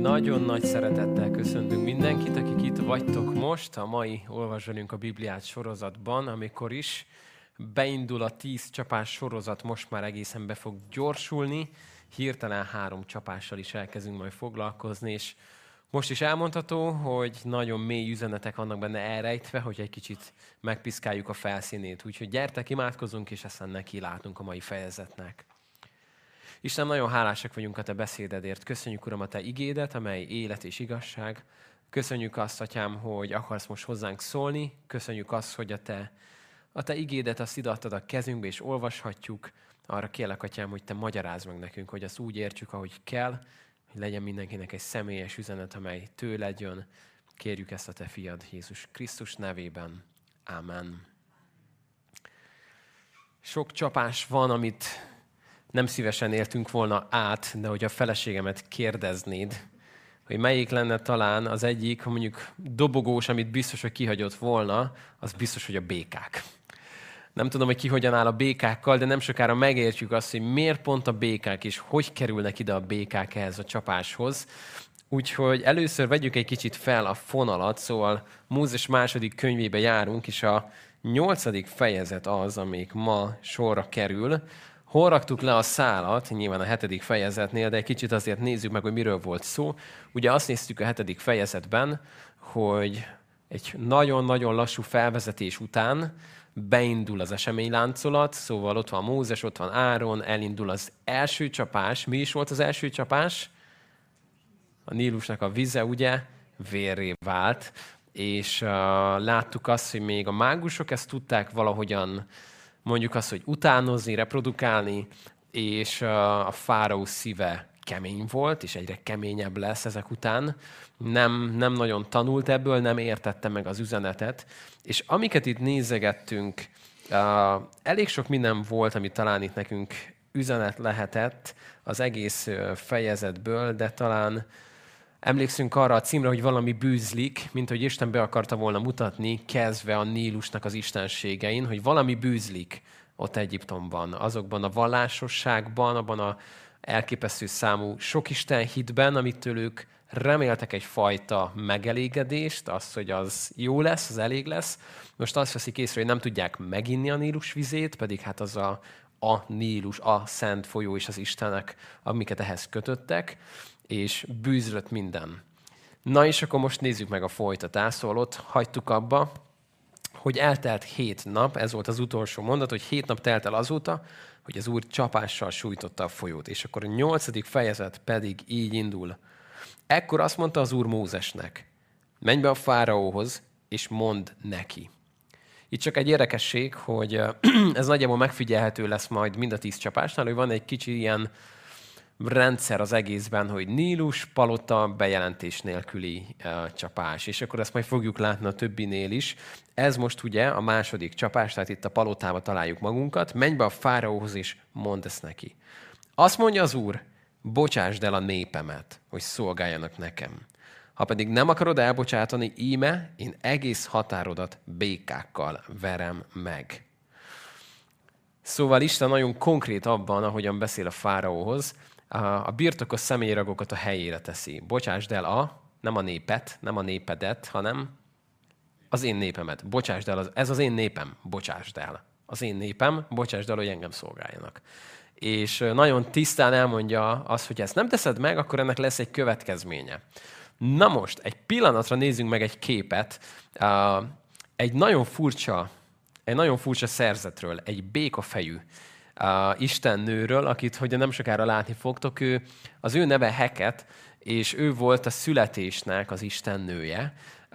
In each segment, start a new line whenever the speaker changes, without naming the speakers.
Nagyon nagy szeretettel köszöntünk mindenkit, akik itt vagytok most a mai Olvasd velünk a Bibliát sorozatban, amikor is beindul a 10 csapás sorozat, most már egészen be fog gyorsulni, hirtelen 3 csapással is elkezdünk majd foglalkozni, és most is elmondható, hogy nagyon mély üzenetek vannak benne elrejtve, hogy egy kicsit megpiszkáljuk a felszínét. Úgyhogy gyertek, imádkozunk, és aztán neki látunk a mai fejezetnek. Isten, nagyon hálásak vagyunk a Te beszédedért. Köszönjük, Uram, a Te igédet, amely élet és igazság. Köszönjük azt, Atyám, hogy akarsz most hozzánk szólni. Köszönjük azt, hogy a Te igédet azt ideadtad a kezünkbe, és olvashatjuk. Arra kérlek, Atyám, hogy Te magyarázd meg nekünk, hogy azt úgy értsük, ahogy kell, hogy legyen mindenkinek egy személyes üzenet, amely tőled jön. Kérjük ezt a Te fiad Jézus Krisztus nevében. Ámen. Sok csapás van, amit nem szívesen éltünk volna át, de hogy a feleségemet kérdeznéd, hogy melyik lenne talán az egyik, ha mondjuk dobogós, amit biztos, hogy kihagyott volna, az biztos, hogy a békák. Nem tudom, hogy ki hogyan áll a békákkal, de nem sokára megértjük azt, hogy miért pont a békák, és hogy kerülnek ide a békák ehhez a csapáshoz. Úgyhogy először vegyük egy kicsit fel a fonalat, szóval Mózes második könyvébe járunk, és a 8. fejezet az, amelyik ma sorra kerül. Hol raktuk le a szálat, nyilván a 7. fejezetnél, de egy kicsit azért nézzük meg, hogy miről volt szó. Ugye azt néztük a 7. fejezetben, hogy egy nagyon-nagyon lassú felvezetés után beindul az eseményláncolat, szóval ott van Mózes, ott van Áron, elindul az első csapás. Mi is volt az első csapás? A Nílusnak a vize, ugye, vérré vált, és láttuk azt, hogy még a mágusok ezt tudták valahogyan, mondjuk azt, hogy utánozni, reprodukálni, és a fáraó szíve kemény volt, és egyre keményebb lesz ezek után. Nem nagyon tanult ebből, nem értette meg az üzenetet. És amiket itt nézegettünk, elég sok minden volt, ami talán itt nekünk üzenet lehetett az egész fejezetből, de talán emlékszünk arra a címre, hogy valami bűzlik, mint hogy Isten be akarta volna mutatni, kezdve a Nílusnak az istenségein, hogy valami bűzlik ott Egyiptomban, azokban a vallásosságban, abban a elképesztő számú sok Isten hitben, amitől ők reméltek egyfajta megelégedést, azt, hogy az jó lesz, az elég lesz. Most azt veszik észre, hogy nem tudják meginni a Nílus vizét, pedig hát az a Nílus, a szent folyó és az Istenek, amiket ehhez kötöttek, és bűzlött minden. Na és akkor most nézzük meg a folytatást, szóval ott hagytuk abba, hogy eltelt 7 nap, ez volt az utolsó mondat, hogy 7 nap telt el azóta, hogy az Úr csapással sújtotta a folyót. És akkor a 8. fejezet pedig így indul. Ekkor azt mondta az Úr Mózesnek, menj be a fáraóhoz, és mondd neki. Itt csak egy érdekesség, hogy ez nagyjából megfigyelhető lesz majd mind a 10 csapásnál, hogy van egy kicsi ilyen rendszer az egészben, hogy Nílus, palota, bejelentés nélküli csapás. És akkor ezt majd fogjuk látni a többinél is. Ez most ugye a második csapás, tehát itt a palotába találjuk magunkat. Menj be a fáraóhoz, és mondd ezt neki. Azt mondja az Úr, bocsásd el a népemet, hogy szolgáljanak nekem. Ha pedig nem akarod elbocsátani, íme, én egész határodat békákkal verem meg. Szóval Isten nagyon konkrét abban, ahogyan beszél a fáraóhoz, a birtokos személyragokat a helyére teszi. Bocsásd el nem a népet, nem a népedet, hanem az én népemet. Bocsásd el, ez az én népem, bocsásd el. Az én népem, bocsásd el, hogy engem szolgáljanak. És nagyon tisztán elmondja azt, hogy ezt nem teszed meg, akkor ennek lesz egy következménye. Na most, egy pillanatra nézzünk meg egy képet, egy nagyon furcsa szerzetről, egy békafejű istennőről, akit hogy nem sokára látni fogtok, az ő neve Heket, és ő volt a születésnek az istennője.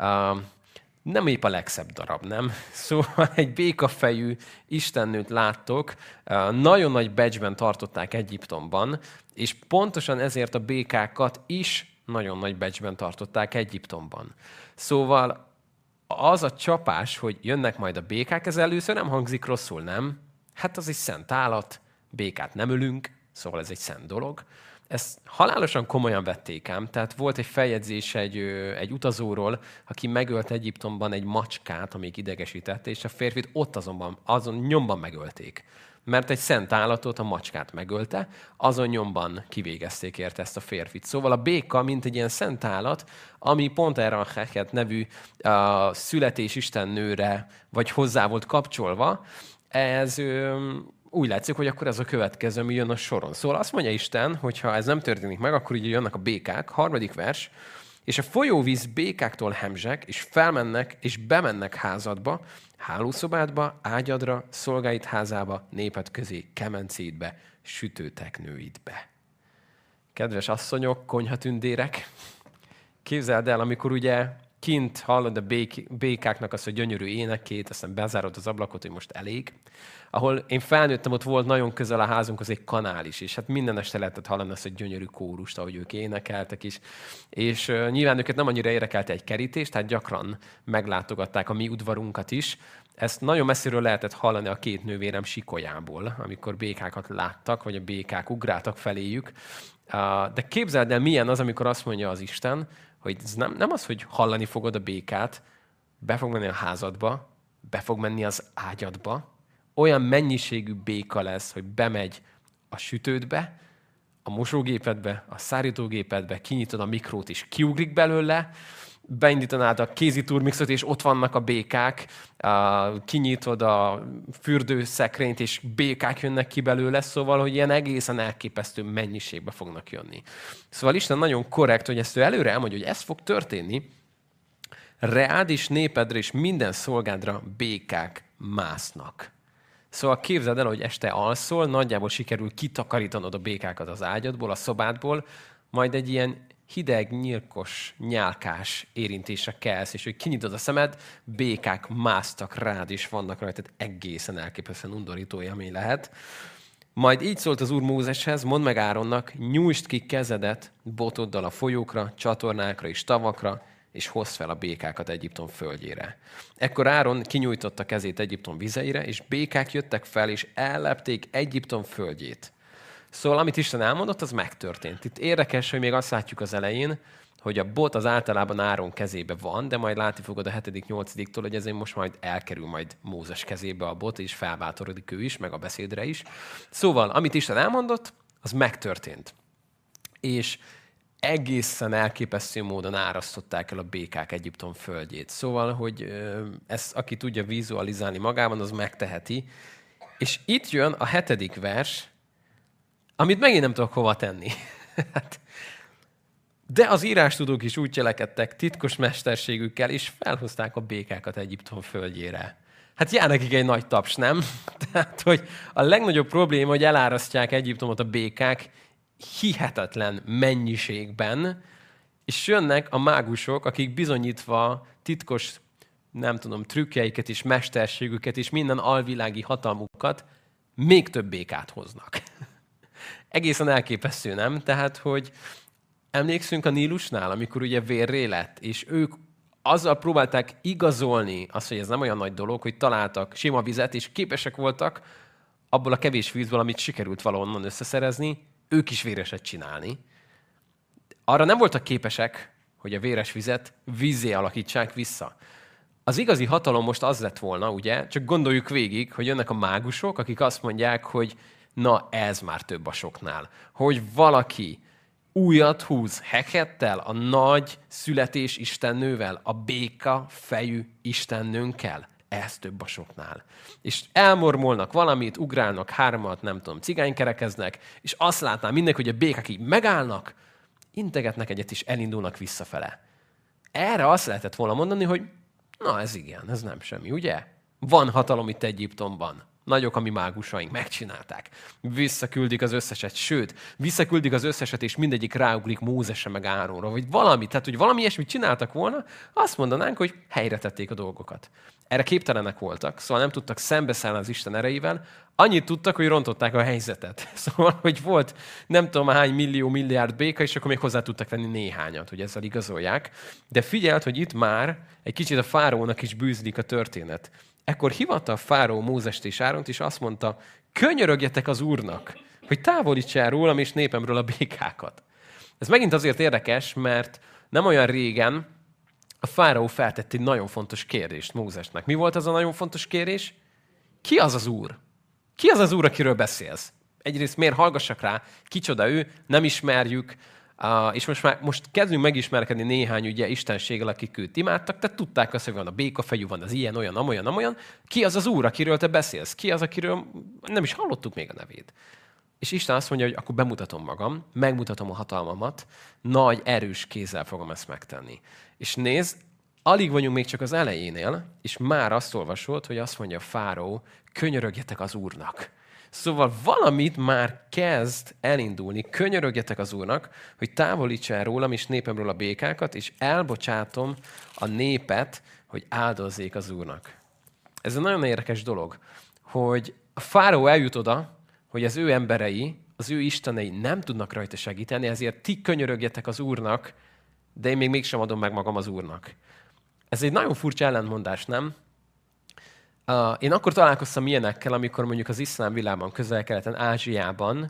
Nem épp a legszebb darab, nem? Szóval egy békafejű istennőt láttok, nagyon nagy becsben tartották Egyiptomban, és pontosan ezért a békákat is nagyon nagy becsben tartották Egyiptomban. Szóval az a csapás, hogy jönnek majd a békák, ez először nem hangzik rosszul, nem? Hát az egy szent állat, békát nem ölünk, szóval ez egy szent dolog. Ezt halálosan komolyan vették ám, tehát volt egy feljegyzés egy utazóról, aki megölt Egyiptomban egy macskát, amelyik idegesítette, és a férfit ott azon nyomban megölték. mert egy szent állatot, a macskát megölte, azon nyomban kivégezték érte ezt a férfit. Szóval a béka, mint egy ilyen szent állat, ami pont erre a Heket nevű születés istennőre, vagy hozzá volt kapcsolva, ez úgy látszik, hogy akkor ez a következő, ami jön a soron. Szóval azt mondja Isten, hogy ha ez nem történik meg, akkor így jönnek a békák, 3. vers, és a folyóvíz békáktól hemzseg, és felmennek, és bemennek házadba, hálószobádba, ágyadra, szolgáid házába, néped közé, kemencédbe, sütőteknőidbe. Kedves asszonyok, konyhatündérek, képzeld el, amikor ugye kint hallod a békáknak azt, hogy gyönyörű énekét, aztán bezárod az ablakot, hogy most elég. Ahol én felnőttem, ott volt nagyon közel a házunkhoz egy kanál is, és hát minden este lehetett hallani azt, hogy gyönyörű kórust, ahogy ők énekeltek is. És nyilván őket nem annyira érdekelte egy kerítés, tehát gyakran meglátogatták a mi udvarunkat is. Ezt nagyon messziről lehetett hallani a 2 nővérem sikolyából, amikor békákat láttak, vagy a békák ugráltak feléjük. De képzeld el, milyen az, amikor azt mondja az Isten, hogy ez nem az, hogy hallani fogod a békát, be fog menni a házadba, be fog menni az ágyadba, olyan mennyiségű béka lesz, hogy bemegy a sütődbe, a mosógépedbe, a szárítógépedbe, kinyitod a mikrót és kiugrik belőle, beindítanád a kézi turmixot, és ott vannak a békák, kinyitod a fürdőszekrényt, és békák jönnek ki belőle, szóval, hogy ilyen egészen elképesztő mennyiségbe fognak jönni. Szóval Isten nagyon korrekt, hogy ezt ő előre elmondja, hogy ez fog történni, reád is, népedre és minden szolgádra békák másznak. Szóval képzeld el, hogy este alszol, nagyjából sikerül kitakarítanod a békákat az ágyadból, a szobádból, majd egy ilyen hideg, nyírkos, nyálkás érintésre kelsz, és hogy kinyitod a szemed, békák másztak rád, és vannak rajtad, egészen elképesztően undorító élmény lehet. Majd így szólt az Úr Mózeshez, mondd meg Áronnak, nyújtsd ki kezedet botoddal a folyókra, csatornákra és tavakra, és hozd fel a békákat Egyiptom földjére. Ekkor Áron kinyújtotta kezét Egyiptom vizeire, és békák jöttek fel, és ellepték Egyiptom földjét. Szóval, amit Isten elmondott, az megtörtént. Itt érdekes, hogy még azt látjuk az elején, hogy a bot az általában Áron kezébe van, de majd látni fogod a 7.-8-tól, hogy ezért most majd elkerül majd Mózes kezébe a bot, és felbátorodik ő is, meg a beszédre is. Szóval, amit Isten elmondott, az megtörtént. És egészen elképesztő módon árasztották el a békák Egyiptom földjét. Szóval, hogy ezt aki tudja vizualizálni magában, az megteheti. És itt jön a 7. vers, amit megint nem tudok hova tenni. De az írástudók is úgy cselekedtek titkos mesterségükkel, és felhozták a békákat Egyiptom földjére. Hát jár nekik egy nagy taps, nem? Tehát, hogy a legnagyobb probléma, hogy elárasztják Egyiptomot a békák hihetetlen mennyiségben, és jönnek a mágusok, akik bizonyítva titkos, nem tudom, trükkjeiket és mesterségüket és minden alvilági hatalmukat még több békát hoznak. Egészen elképesztő, nem? Tehát, hogy emlékszünk a Nílusnál, amikor ugye vérré lett, és ők azzal próbálták igazolni azt, hogy ez nem olyan nagy dolog, hogy találtak sima vizet, és képesek voltak abból a kevés vízből, amit sikerült valahonnan összeszerezni, ők is véreset csinálni. Arra nem voltak képesek, hogy a véres vizet vízzé alakítsák vissza. Az igazi hatalom most az lett volna, ugye, csak gondoljuk végig, hogy jönnek a mágusok, akik azt mondják, hogy na ez már több a soknál. Hogy valaki újat húz Hekettel, a nagy születés istennővel, a béka fejű istennőnkkel. Ez több a soknál. És elmormolnak valamit, ugrálnak 3, nem tudom, cigánykerekeznek, és azt látná mindenki, hogy a békák így megállnak, integetnek egyet, és elindulnak visszafele. Erre azt lehetett volna mondani, hogy na ez igen, ez nem semmi, ugye? Van hatalom itt Egyiptomban. Nagyok a mi mágusaink, megcsinálták. Visszaküldik az összeset, sőt, visszaküldik az összeset, és mindegyik ráugrik Mózesre meg Áronra, vagy valami. Tehát, hogy valami ilyesmit csináltak volna, azt mondanánk, hogy helyre tették a dolgokat. Erre képtelenek voltak, szóval nem tudtak szembeszállni az Isten erejével, annyit tudtak, hogy rontották a helyzetet. Szóval, hogy volt nem tudom hány millió, milliárd béka, és akkor még hozzá tudtak venni néhányat, hogy ezzel igazolják. De figyeld, hogy itt már egy kicsit a fáraónak is bűzlik a történet. Ekkor hivatta a fáraó Mózest és Áront, és azt mondta, könyörögjetek az Úrnak, hogy távolítsa el rólam és népemről a békákat. Ez megint azért érdekes, mert nem olyan régen a fáraó feltett egy nagyon fontos kérdést Mózesnek. Mi volt az a nagyon fontos kérdés? Ki az az Úr? Ki az az Úr, akiről beszélsz? Egyrészt miért hallgassak rá? Kicsoda ő? Nem ismerjük. És most kezdünk megismerkedni néhány ugye istenséggel, akik őt imádtak, tehát tudták azt, hogy van a békafejű, van az ilyen, olyan, amolyan, amolyan. Ki az az Úr, akiről te beszélsz? Ki az, akiről nem is hallottuk még a nevét? És Isten azt mondja, hogy akkor bemutatom magam, megmutatom a hatalmamat, nagy, erős kézzel fogom ezt megtenni. És nézd, alig vagyunk még csak az elejénél, és már azt olvasod, hogy azt mondja a fáraó, könyörögjetek az Úrnak. Szóval valamit már kezd elindulni, könyörögjetek az Úrnak, hogy távolítsa el rólam és népemről a békákat, és elbocsátom a népet, hogy áldozzék az Úrnak. Ez egy nagyon érdekes dolog, hogy a fáraó eljut oda, hogy az ő emberei, az ő istenei nem tudnak rajta segíteni, ezért ti könyörögjetek az Úrnak, de én még mégsem adom meg magam az Úrnak. Ez egy nagyon furcsa ellentmondás, nem? Én akkor találkoztam ilyenekkel, amikor mondjuk az iszlám világban, Közel-Keleten, Ázsiában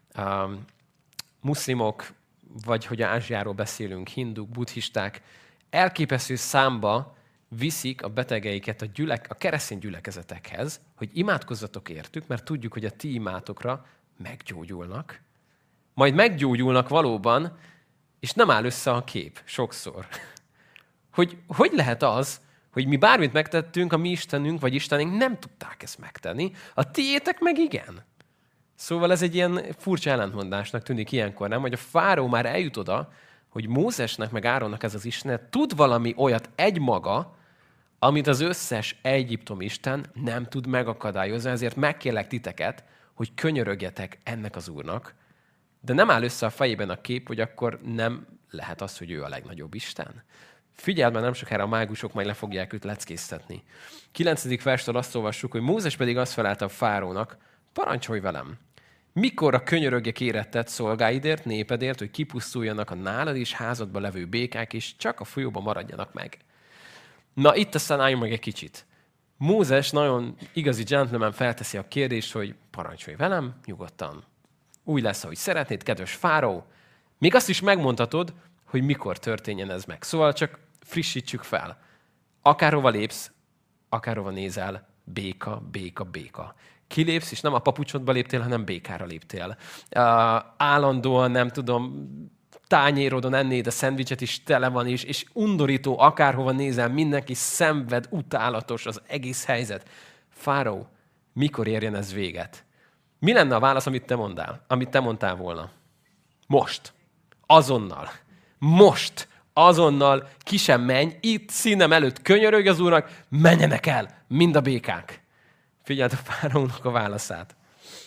muszlimok, vagy hogy Ázsiáról beszélünk, hinduk, buddhisták, elképesztő számba viszik a betegeiket a keresztény gyülekezetekhez, hogy imádkozzatok értük, mert tudjuk, hogy a ti imátokra meggyógyulnak. Majd meggyógyulnak valóban, és nem áll össze a kép sokszor. Hogy lehet az, hogy mi bármit megtettünk, a mi Istenünk vagy Istenünk nem tudták ezt megtenni, a tiétek meg igen. Szóval ez egy ilyen furcsa ellentmondásnak tűnik ilyenkor, nem? Hogy a fáraó már eljut oda, hogy Mózesnek meg Áronnak ez az Isten tud valami olyat egymaga, amit az összes egyiptomi isten nem tud megakadályozni, ezért megkérlek titeket, hogy könyörögjetek ennek az Úrnak, de nem áll össze a fejében a kép, hogy akkor nem lehet az, hogy ő a legnagyobb Isten. Figyeld, mert nem sokára a mágusok majd le fogják őt leckésztetni. 9. verstől azt olvassuk, hogy Mózes pedig azt felelte a fáraónak, parancsolj velem, mikorra könyörögjek érettet szolgáidért, népedért, hogy kipusztuljanak a nálad és házadba levő békák, és csak a folyóban maradjanak meg. Na, itt aztán álljunk meg egy kicsit. Mózes nagyon igazi gentleman felteszi a kérdést, hogy parancsolj velem, nyugodtan. Úgy lesz, ahogy szeretnéd, kedves fáraó. Még azt is megmondhatod, hogy mikor történjen ez meg. Szóval csak frissítsük fel. Akárhova lépsz, akárhova nézel, béka, béka, béka. Kilépsz, és nem a papucsodba léptél, hanem békára léptél. Állandóan, nem tudom, tányérodon ennéd a szendvicset is tele van, és undorító, akárhova nézel, mindenki szenved, utálatos az egész helyzet. Fáraó, mikor érjen ez véget? Mi lenne a válasz, amit te mondtál volna? Most. Azonnal. Most. Azonnal ki sem menj, itt színem előtt könyörögj az Úrnak, menjenek el, mind a békák. Figyeld a fáraónak a válaszát.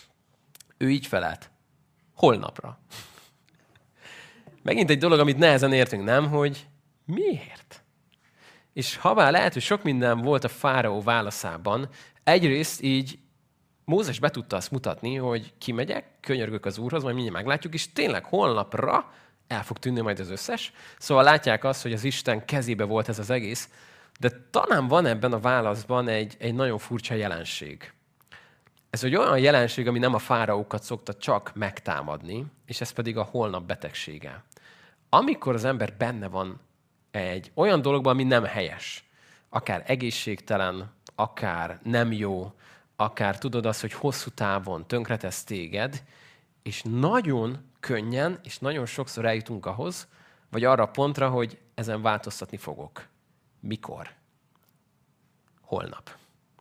Ő így felelt. Holnapra. Megint egy dolog, amit nehezen értünk, nem? Hogy miért? És habár lehet, hogy sok minden volt a fáraó válaszában, egyrészt így Mózes be tudta azt mutatni, hogy kimegyek, könyörgök az Úrhoz, majd mindjárt meglátjuk, és tényleg holnapra el fog tűnni majd az összes. Szóval látják azt, hogy az Isten kezébe volt ez az egész, de talán van ebben a válaszban egy nagyon furcsa jelenség. Ez egy olyan jelenség, ami nem a fáraókat szokta csak megtámadni, és ez pedig a holnap betegsége. Amikor az ember benne van egy olyan dologban, ami nem helyes, akár egészségtelen, akár nem jó, akár tudod azt, hogy hosszú távon tönkretesz téged, és nagyon könnyen, és nagyon sokszor eljutunk ahhoz, vagy arra a pontra, hogy ezen változtatni fogok. Mikor? Holnap.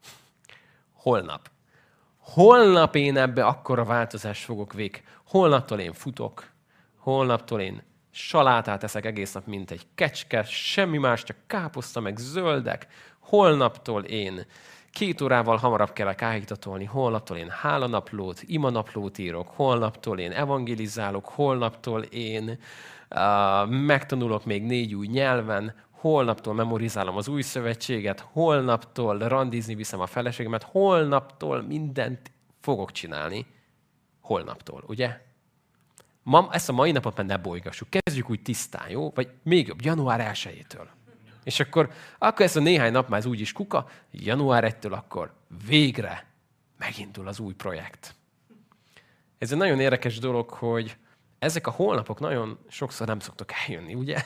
Holnap. Holnap én ebbe akkora változást fogok végig. Holnaptól én futok. Holnaptól én salátát eszek egész nap, mint egy kecske, semmi más, csak káposzta, meg zöldek. Holnaptól én 2 órával hamarabb kell áhítatolni, holnaptól én hálanaplót, imanaplót írok, holnaptól én evangelizálok, holnaptól én megtanulok még 4 új nyelven, holnaptól memorizálom az új szövetséget, holnaptól randizni viszem a feleségemet, holnaptól mindent fogok csinálni. Holnaptól, ugye? Ezt a mai napot már ne bolygassuk. Kezdjük úgy tisztán, jó? Vagy még jobb, január 1-től. És akkor ez a néhány nap már úgyis kuka, január 1-től akkor végre megindul az új projekt. Ez egy nagyon érdekes dolog, hogy ezek a holnapok nagyon sokszor nem szoktak eljönni, ugye?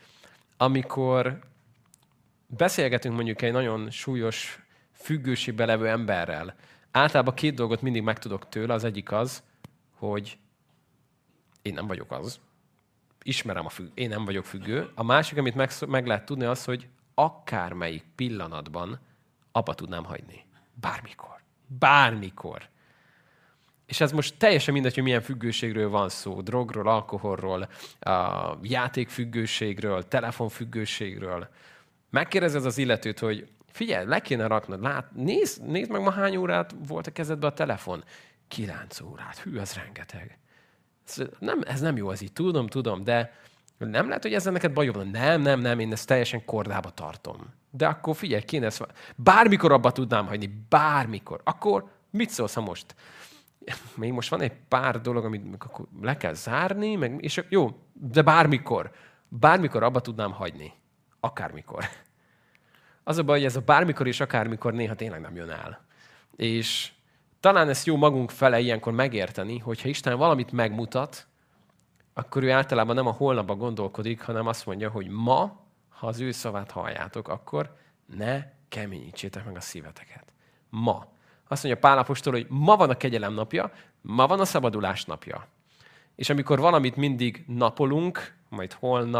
Amikor beszélgetünk mondjuk egy nagyon súlyos függőségbe levő emberrel, Általában 2 dolgot mindig megtudok tőle. Az egyik az, hogy én nem vagyok az. Ismerem én nem vagyok függő. A másik, amit meg lehet tudni, az, hogy akármelyik pillanatban abba tudnám hagyni. Bármikor. Bármikor. És ez most teljesen mindegy, hogy milyen függőségről van szó. Drogról, alkoholról, játékfüggőségről, telefonfüggőségről. Megkérdezed az illetőt, hogy figyelj, le kéne raknod, nézd meg ma hány órát volt a kezedben a telefon. 9 órát. Hű, ez rengeteg. Ez nem jó, ez így. Tudom, de nem lehet, hogy ezzel neked bajod van. Nem, én ezt teljesen kordába tartom. De akkor figyelj, kéne ezt... Bármikor abba tudnám hagyni, bármikor. Akkor mit szólsz, ha most? Még most van egy pár dolog, amit akkor le kell zárni, és jó, de bármikor. Bármikor abba tudnám hagyni. Akármikor. Az a baj, hogy ez a bármikor és akármikor néha tényleg nem jön el. És talán ezt jó magunk fele ilyenkor megérteni, hogyha Isten valamit megmutat, akkor ő általában nem a holnapban gondolkodik, hanem azt mondja, hogy ma, ha az ő szavát halljátok, akkor ne keményítsétek meg a szíveteket. Ma. Azt mondja Pál apostol, hogy ma van a kegyelem napja, ma van a szabadulás napja. És amikor valamit mindig napolunk, majd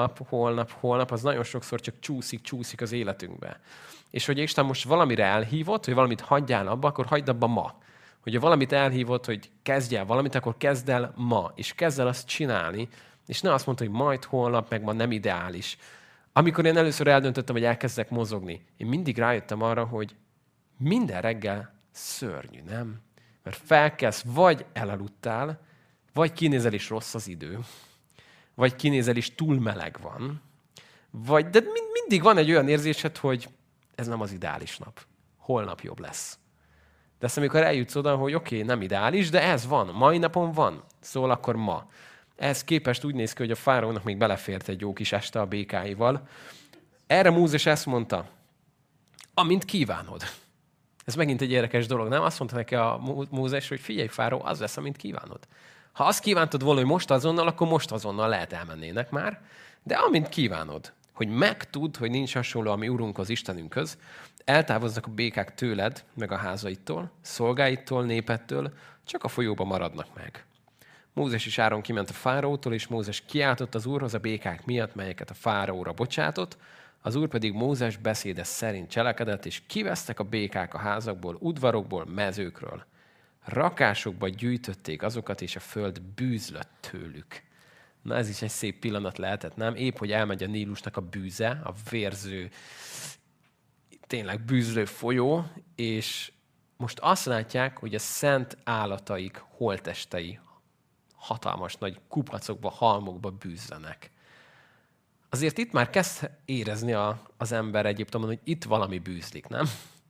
holnap, az nagyon sokszor csak csúszik az életünkbe. És hogy Isten most valamire elhívott, hogy valamit hagyjál abba, akkor hagyd abba ma. Hogyha valamit elhívott, hogy kezdj el valamit, akkor kezd el ma, és kezd el azt csinálni, és ne azt mondta, hogy majd holnap, meg ma nem ideális. Amikor én először eldöntöttem, hogy elkezdek mozogni, én mindig rájöttem arra, hogy minden reggel szörnyű, nem? Mert felkelsz, vagy elaludtál, vagy kinézel is rossz az idő, vagy kinézel is túl meleg van, de mindig van egy olyan érzésed, hogy ez nem az ideális nap. Holnap jobb lesz. De aztán amikor eljutsz oda, hogy oké, nem ideális, de ez van, mai napon van, szóval akkor ma. Ehhez képest úgy néz ki, hogy a fáraónak még belefért egy jó kis este a békáival. Erre Mózes ezt mondta, amint kívánod. Ez megint egy érdekes dolog, nem? Azt mondta neki a Mózes, hogy figyelj, fáraó, az lesz, amint kívánod. Ha azt kívántad volna, hogy most azonnal, akkor most azonnal lehet elmennének már, de amint kívánod, hogy megtudd, hogy nincs hasonló a mi Urunkhoz, Istenünkhöz, eltávoznak a békák tőled, meg a házaitól, szolgáittól, népettől, csak a folyóba maradnak meg. Mózes és Áron kiment a fáraótól, és Mózes kiáltott az Úrhoz a békák miatt, melyeket a fáraóra bocsátott, az Úr pedig Mózes beszéde szerint cselekedett, és kivesztek a békák a házakból, udvarokból, mezőkről. Rakásokba gyűjtötték azokat, és a föld bűzlött tőlük. Na ez is egy szép pillanat lehetett, nem? Épp, hogy elmegy a Nílusnak a bűze, a vérző, tényleg bűzlő folyó, és most azt látják, hogy a szent állataik holttestei hatalmas nagy kupacokba, halmokba bűzlenek. Azért itt már kezd érezni az ember Egyiptomon, hogy itt valami bűzlik, nem?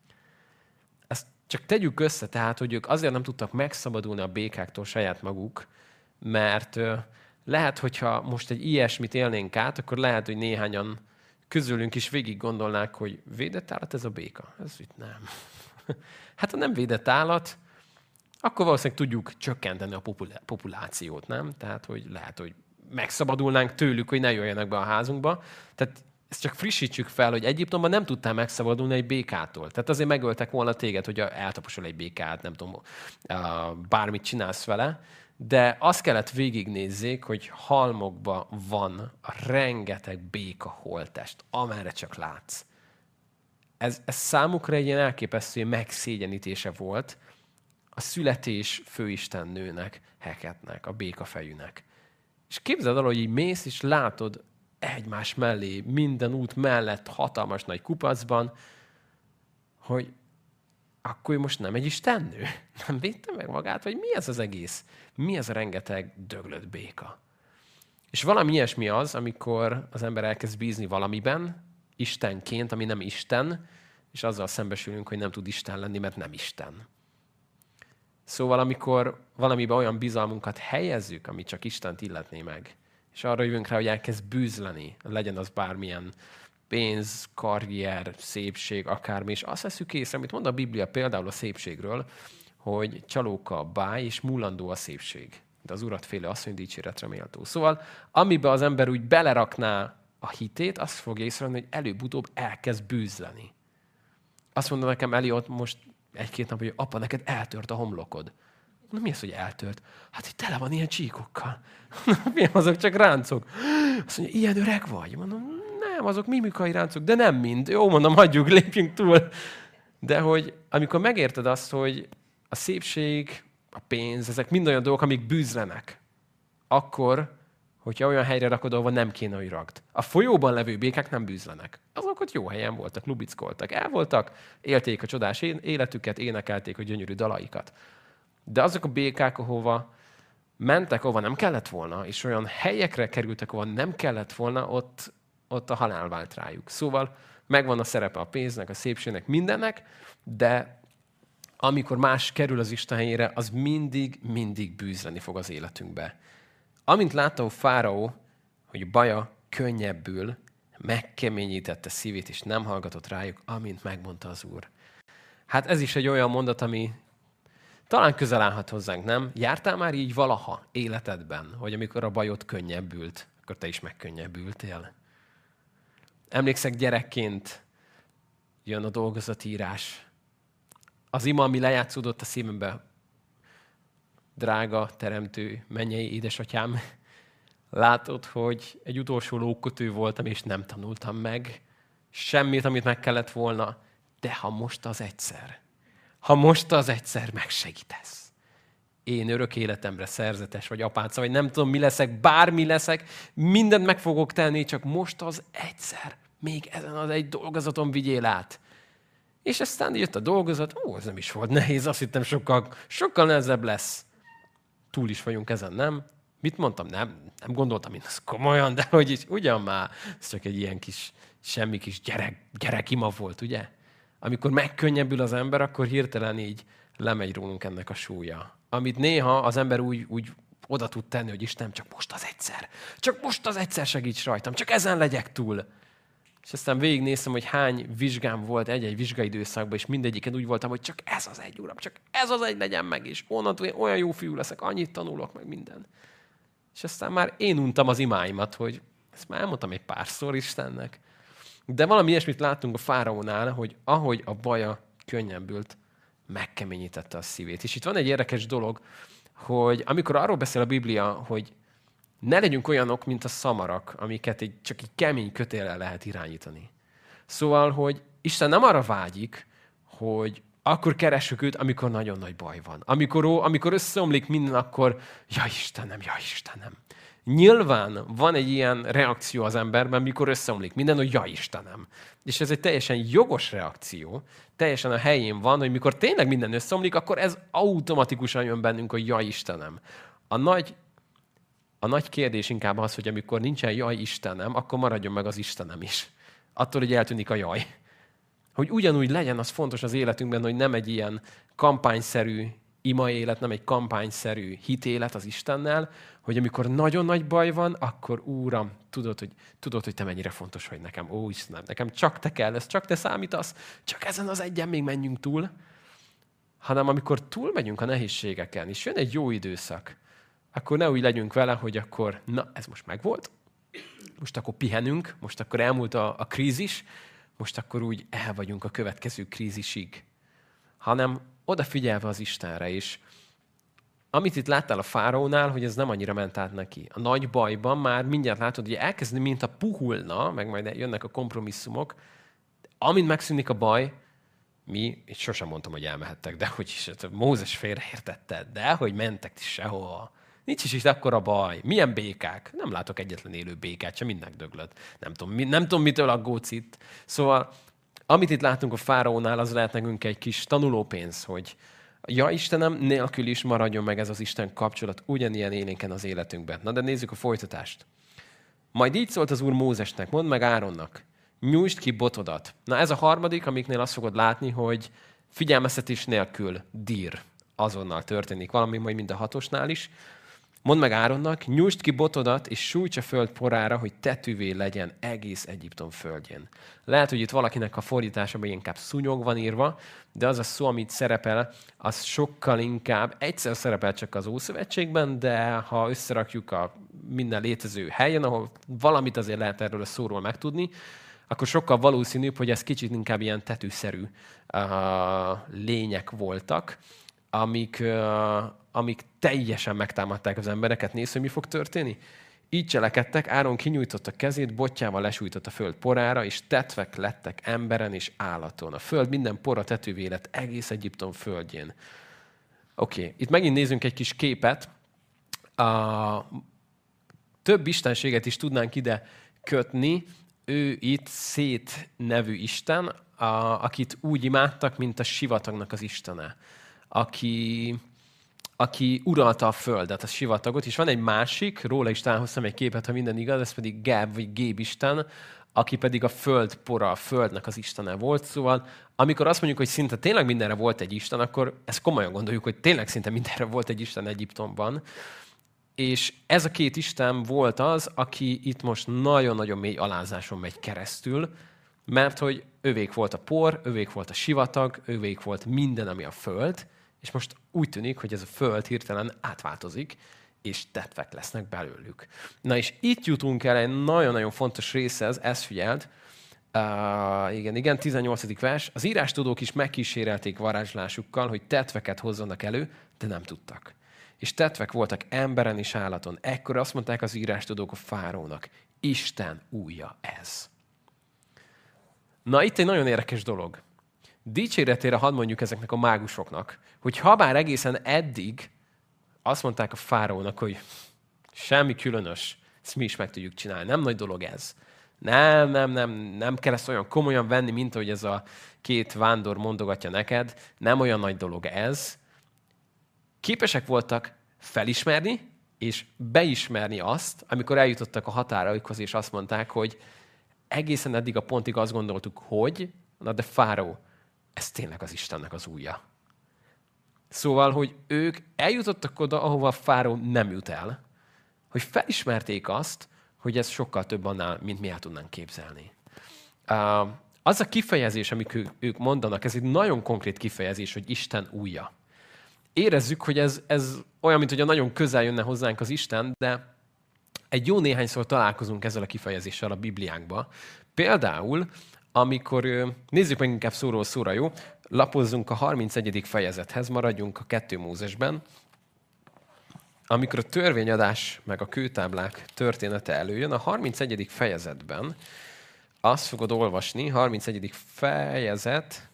Ezt csak tegyük össze, tehát, hogy ők azért nem tudtak megszabadulni a békáktól saját maguk, mert lehet, hogyha most egy ilyesmit élnénk át, akkor lehet, hogy néhányan közülünk is végig gondolnák, hogy védett állat ez a béka? Ez itt nem. Hát ha nem védett állat, akkor valószínűleg tudjuk csökkenteni a populációt, nem? Tehát, hogy lehet, hogy megszabadulnánk tőlük, hogy ne jöjjenek be a házunkba. Tehát ezt csak frissítsük fel, hogy Egyiptomban nem tudtál megszabadulni egy békától. Tehát azért megöltek volna téged, hogy eltaposol egy békát, nem tudom, bármit csinálsz vele. De azt kellett végignézzék, hogy halmokban van rengeteg béka holttest, amerre csak látsz. Ez számukra egy ilyen elképesztő megszégyenítése volt a születés főistennőnek, Heketnek, a békafejűnek. És képzeld el, hogy így mész, és látod egymás mellé, minden út mellett, hatalmas nagy kupacban, hogy akkor most nem egy istennő? Nem védte meg magát? Vagy mi ez az egész? Mi ez a rengeteg döglött béka? És valami ilyesmi az, amikor az ember elkezd bízni valamiben, Istenként, ami nem Isten, és azzal szembesülünk, hogy nem tud Isten lenni, mert nem Isten. Szóval amikor valamiben olyan bizalmunkat helyezzük, ami csak Istent illetné meg, és arra jövünk rá, hogy elkezd bűzleni, legyen az bármilyen pénz, karrier, szépség, akármi, és azt veszük észre, amit mond a Biblia például a szépségről, hogy csalóka a báj, és múlandó a szépség. De az Urat félő asszony dicséretre méltó. Szóval, amiben az ember úgy belerakná a hitét, azt fogja észrevenni, hogy előbb-utóbb elkezd bűzleni. Azt mondta nekem Eliott most 1-2 nap, hogy apa, neked eltört a homlokod. Na mi az, hogy eltört? Hát itt tele van ilyen csíkokkal. Mi azok csak ráncok? Azt mondja, ilyen öreg vagy? Mondom, nem, azok mimikai ráncok, de nem mind. Jó, mondom, hagyjuk, lépjünk túl. De hogy amikor megérted azt, hogy a szépség, a pénz, ezek mind olyan dolgok, amik bűzlenek, akkor, hogyha olyan helyre rakod, ahol nem kéne, hogy rakd. A folyóban levő békák nem bűzlenek. Azok ott jó helyen voltak, lubickoltak, el voltak, élték a csodás életüket, énekelték a gyönyörű dalaikat. De azok a békák, ahova mentek, ahova nem kellett volna, és olyan helyekre kerültek, ahova nem kellett volna, ott a halál vált rájuk. Szóval megvan a szerepe a pénznek, a szépségnek, mindennek, de amikor más kerül az Isten helyére, az mindig bűzleni fog az életünkbe. Amint látta a fáraó, hogy baja könnyebbül, megkeményítette szívét, és nem hallgatott rájuk, amint megmondta az Úr. Hát ez is egy olyan mondat, ami talán közel állhat hozzánk, nem? Jártál már így valaha életedben, hogy amikor a bajod könnyebbült, akkor te is megkönnyebbültél? Emlékszek, gyerekként jön a dolgozatírás. Az ima, ami lejátszódott a szívembe. Drága, teremtő, mennyei édesatyám, látod, hogy egy utolsó lókötő voltam, és nem tanultam meg semmit, amit meg kellett volna, de ha most az egyszer megsegítesz, én örök életemre szerzetes vagy apáca, vagy nem tudom, mi leszek, bármi leszek, mindent meg fogok tenni, csak most az egyszer, még ezen az egy dolgozaton vigyél át. És aztán jött a dolgozat, ez nem is volt nehéz, azt hittem sokkal nehezebb lesz. Túl is vagyunk ezen, nem? Mit mondtam? Nem gondoltam én ezt komolyan, de hogy is, ugyan már, ez csak egy ilyen kis, semmi kis gyerekima volt, ugye? Amikor megkönnyebbül az ember, akkor hirtelen így lemegy rólunk ennek a súlya. Amit néha az ember úgy oda tud tenni, hogy Isten, csak most az egyszer segíts rajtam, csak ezen legyek túl. És aztán végignéztem, hogy hány vizsgám volt egy-egy vizsgaidőszakban, és mindegyiken úgy voltam, hogy csak ez az egy, Uram, csak ez az egy legyen meg, és onnantól én olyan jó fiú leszek, annyit tanulok, meg minden. És aztán már én untam az imáimat, hogy ezt már elmondtam egy párszor Istennek. De valami ilyesmit láttunk a fáraónál, hogy ahogy a baja könnyebbült, megkeményítette a szívét. És itt van egy érdekes dolog, hogy amikor arról beszél a Biblia, hogy ne legyünk olyanok, mint a szamarak, amiket csak egy kemény kötéllel lehet irányítani. Szóval, hogy Isten nem arra vágyik, hogy akkor keressük őt, amikor nagyon nagy baj van. Amikor összeomlik minden, akkor ja Istenem. Nyilván van egy ilyen reakció az emberben, mikor összeomlik minden, hogy ja Istenem. És ez egy teljesen jogos reakció, teljesen a helyén van, hogy mikor tényleg minden összeomlik, akkor ez automatikusan jön bennünk, hogy ja Istenem. A nagy kérdés inkább az, hogy amikor nincsen jaj Istenem, akkor maradjon meg az Istenem is. Attól, hogy eltűnik a jaj. Hogy ugyanúgy legyen, az fontos az életünkben, hogy nem egy ilyen kampányszerű ima élet, nem egy kampányszerű hitélet az Istennel, hogy amikor nagyon nagy baj van, akkor Úram, tudod, hogy te mennyire fontos vagy nekem. Ó, Istenem, nekem csak te kell, csak te számítasz, csak ezen az egyen még menjünk túl. Hanem amikor túlmegyünk a nehézségeken, és jön egy jó időszak, akkor ne úgy legyünk vele, hogy akkor, na, ez most megvolt, most akkor pihenünk, most akkor elmúlt a krízis, most akkor úgy el vagyunk a következő krízisig. Hanem odafigyelve az Istenre is. Amit itt láttál a fáraónál, hogy ez nem annyira ment át neki. A nagy bajban már mindjárt látod, hogy elkezdi, mint a puhulna, meg majd jönnek a kompromisszumok. Amint megszűnik a baj, mi, itt sosem mondtam, hogy elmehettek, de hogy is, Mózes félreértette, de hogy mentek is sehova. Nincs is itt akkora baj. Milyen békák? Nem látok egyetlen élő békát, sem mindnek döglött. Nem tudom, mitől aggódsz itt. Szóval, amit itt látunk a fáraónál, az lehet nekünk egy kis tanulópénz, hogy ja, Istenem, nélkül is maradjon meg ez az Isten kapcsolat ugyanilyen élénken az életünkben. Na de nézzük a folytatást. Majd így szólt az Úr Mózesnek, mondd meg Áronnak, nyújtsd ki botodat. Na ez a harmadik, amiknél azt fogod látni, hogy figyelmeztetés nélkül azonnal történik valami, majd mind a 6-osnál is. Mondd meg Áronnak, nyújtsd ki botodat, és sújts a föld porára, hogy tetűvé legyen egész Egyiptom földjén. Lehet, hogy itt valakinek a fordításában inkább szúnyog van írva, de az a szó, amit szerepel, az sokkal inkább, egyszer szerepel csak az Ószövetségben, de ha összerakjuk a minden létező helyen, ahol valamit azért lehet erről a szóról megtudni, akkor sokkal valószínűbb, hogy ez kicsit inkább ilyen tetűszerű lények voltak, amik teljesen megtámadták az embereket. Nézd, hogy mi fog történni? Így cselekedtek, Áron kinyújtotta kezét, botjával lesújtott a föld porára, és tetvek lettek emberen és állaton. A föld minden pora tetővé lett egész Egyiptom földjén. Oké, itt megint nézzünk egy kis képet. Több istenséget is tudnánk ide kötni. Ő itt Szét nevű isten, akit úgy imádtak, mint a sivatagnak az istene, aki uralta a földet, a sivatagot, és van egy másik, róla is talán hoztam egy képet, ha minden igaz, ez pedig Geb, vagy Gébisten, aki pedig a föld pora, a földnek az istene volt. Szóval, amikor azt mondjuk, hogy szinte tényleg mindenre volt egy isten, akkor ezt komolyan gondoljuk, hogy tényleg szinte mindenre volt egy isten Egyiptomban. És ez a két isten volt az, aki itt most nagyon-nagyon mély alázáson megy keresztül, mert hogy övék volt a por, övék volt a sivatag, övék volt minden, ami a föld, és most úgy tűnik, hogy ez a föld hirtelen átváltozik, és tetvek lesznek belőlük. Na és itt jutunk el egy nagyon-nagyon fontos részhez, ezt figyeld, igen, 18. vers. Az írástudók is megkísérelték varázslásukkal, hogy tetveket hozzanak elő, de nem tudtak. És tetvek voltak emberen és állaton. Ekkor azt mondták az írástudók a fáraónak, Isten ujja ez. Na itt egy nagyon érdekes dolog. Dicséretére hadd mondjuk ezeknek a mágusoknak, hogy habár egészen eddig azt mondták a fáraónak, hogy semmi különös, ezt mi is meg tudjuk csinálni, nem nagy dolog ez. Nem kell ezt olyan komolyan venni, mint ahogy ez a két vándor mondogatja neked, nem olyan nagy dolog ez. Képesek voltak felismerni és beismerni azt, amikor eljutottak a határaikhoz, és azt mondták, hogy egészen eddig a pontig azt gondoltuk, hogy, na de fáraó, ez tényleg az Istennek az ujja. Szóval, hogy ők eljutottak oda, ahova a fáraó nem jut el, hogy felismerték azt, hogy ez sokkal több annál, mint mi el tudnánk képzelni. Az a kifejezés, amit ők mondanak, ez egy nagyon konkrét kifejezés, hogy Isten ujja. Érezzük, hogy ez olyan, mint hogy nagyon közel jönne hozzánk az Isten, de egy jó néhányszor találkozunk ezzel a kifejezéssel a Bibliánkban. Például, amikor, nézzük meg inkább szóról szóra, jó? Lapozzunk a 31. fejezethez, maradjunk a 2 Mózesben. Amikor a törvényadás meg a kőtáblák története előjön, a 31. fejezetben azt fogod olvasni, 31. fejezet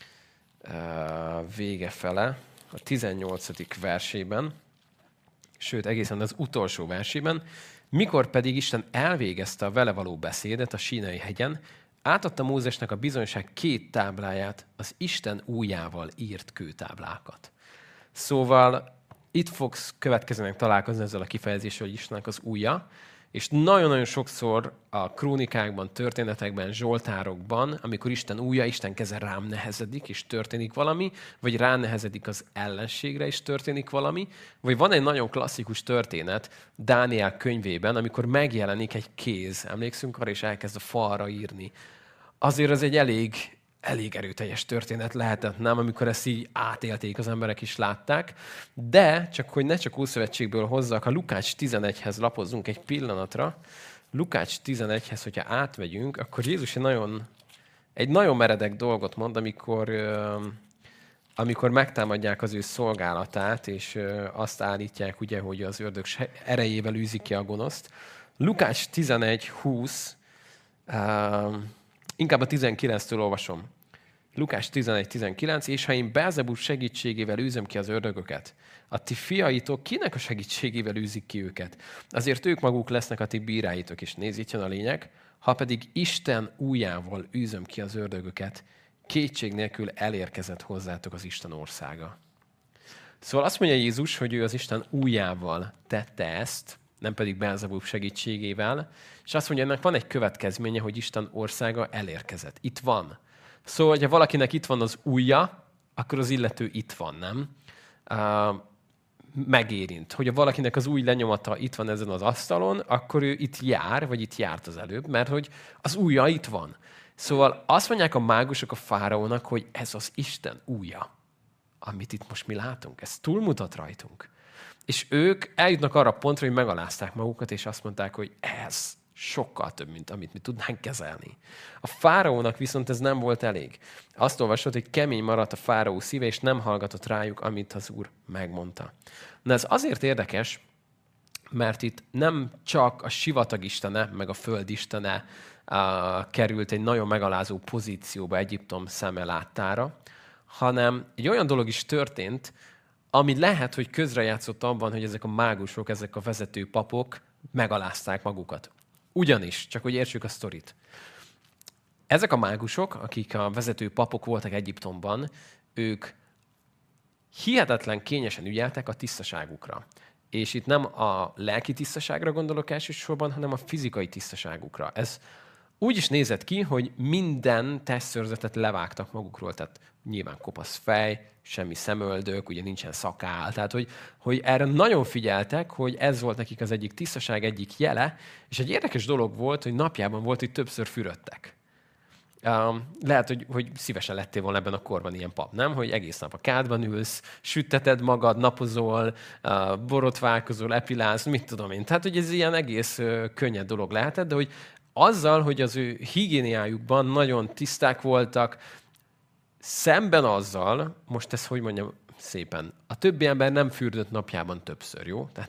vége fele, a 18. versében, sőt egészen az utolsó versében, mikor pedig Isten elvégezte a vele való beszédet a Sínai hegyen, átadta Mózesnek a bizonyság 2 tábláját, az Isten ujjával írt kőtáblákat. Szóval itt fogsz következőnek találkozni ezzel a kifejezéssel, hogy Istennek az ujja, és nagyon-nagyon sokszor a krónikákban, történetekben, zsoltárokban, amikor Isten ujja, Isten keze rám nehezedik, és történik valami, vagy ránehezedik az ellenségre, és történik valami, vagy van egy nagyon klasszikus történet Dániel könyvében, amikor megjelenik egy kéz, emlékszünk arra, és elkezd a falra írni. Azért az egy elég erőteljes történet lehetett, nem? Amikor ezt így átélték, az emberek is látták. De, csak hogy ne csak Ószövetségből hozzak, a Lukács 11-hez lapozzunk egy pillanatra. Lukács 11-hez, hogyha átmegyünk, akkor Jézus egy nagyon meredek dolgot mond, amikor megtámadják az ő szolgálatát, és azt állítják, ugye, hogy az ördög erejével űzik ki a gonoszt. Lukács 11:20, inkább a 19-től olvasom. Lukás 11:19, és ha én Belzebub segítségével űzöm ki az ördögöket, a ti fiaitok kinek a segítségével űzik ki őket? Azért ők maguk lesznek a ti bíráitok, és nézz, itt jön a lényeg, ha pedig Isten ujjával űzöm ki az ördögöket, kétség nélkül elérkezett hozzátok az Isten országa. Szóval azt mondja Jézus, hogy ő az Isten ujjával tette ezt, nem pedig Belzebub segítségével, és azt mondja, ennek van egy következménye, hogy Isten országa elérkezett. Itt van. Szóval, ha valakinek itt van az ujja, akkor az illető itt van, nem? Megérint. Hogyha valakinek az új lenyomata itt van ezen az asztalon, akkor ő itt jár, vagy itt járt az előbb, mert hogy az ujja itt van. Szóval azt mondják a mágusok a fáraónak, hogy ez az Isten ujja, amit itt most mi látunk. Ez túlmutat rajtunk. És ők eljutnak arra a pontra, hogy megalázták magukat, és azt mondták, hogy Sokkal több, mint amit mi tudnánk kezelni. A fáraónak viszont ez nem volt elég. Azt olvasod, hogy kemény maradt a fáraó szíve, és nem hallgatott rájuk, amit az Úr megmondta. Na ez azért érdekes, mert itt nem csak a sivatag istene, meg a föld istene került egy nagyon megalázó pozícióba Egyiptom szeme láttára, hanem egy olyan dolog is történt, ami lehet, hogy közrejátszott abban, hogy ezek a mágusok, ezek a vezető papok megalázták magukat. Ugyanis, csak hogy értsük a sztorit. Ezek a mágusok, akik a vezető papok voltak Egyiptomban, ők hihetetlen kényesen ügyeltek a tisztaságukra. És itt nem a lelki tisztaságra gondolok elsősorban, hanem a fizikai tisztaságukra. Ez úgy is nézett ki, hogy minden testszörzetet levágtak magukról, tehát nyilván kopasz fej, semmi szemöldök, ugye nincsen szakál, tehát hogy erre nagyon figyeltek, hogy ez volt nekik az egyik tisztaság, egyik jele, és egy érdekes dolog volt, hogy napjában volt, hogy többször fürödtek. Lehet, hogy szívesen lettél volna ebben a korban ilyen pap, nem? Hogy egész nap a kádban ülsz, sütteted magad, napozol, borotválkozol, epilálsz, mit tudom én. Tehát, hogy ez ilyen egész könnyed dolog lehetett, de hogy azzal, hogy az ő higiéniájukban nagyon tiszták voltak, szemben azzal, most ezt hogy mondjam szépen, a többi ember nem fürdött napjában többször, jó? Tehát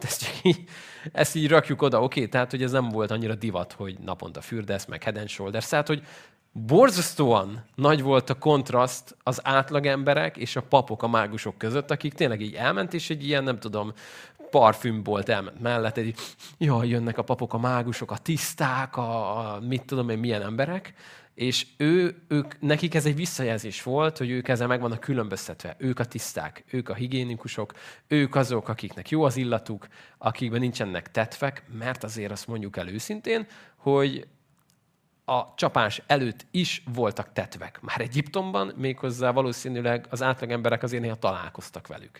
ezt így rakjuk oda, oké? Tehát, hogy ez nem volt annyira divat, hogy naponta fürdesz, meg Head and Shoulders. Tehát, hogy borzasztóan nagy volt a kontraszt az átlagemberek és a papok, a mágusok között, akik tényleg így elment, és egy ilyen, nem tudom, parfümbolt elment mellett, egy jaj, jönnek a papok, a mágusok, a tiszták, a mit tudom én, milyen emberek, és nekik ez egy visszajelzés volt, hogy ők ezzel meg vannak különböztetve. Ők a tiszták, ők a higiénikusok, ők azok, akiknek jó az illatuk, akikben nincsenek tetvek, mert azért azt mondjuk el őszintén, hogy a csapás előtt is voltak tetvek. Már Egyiptomban, méghozzá valószínűleg az átlagemberek azért néha találkoztak velük.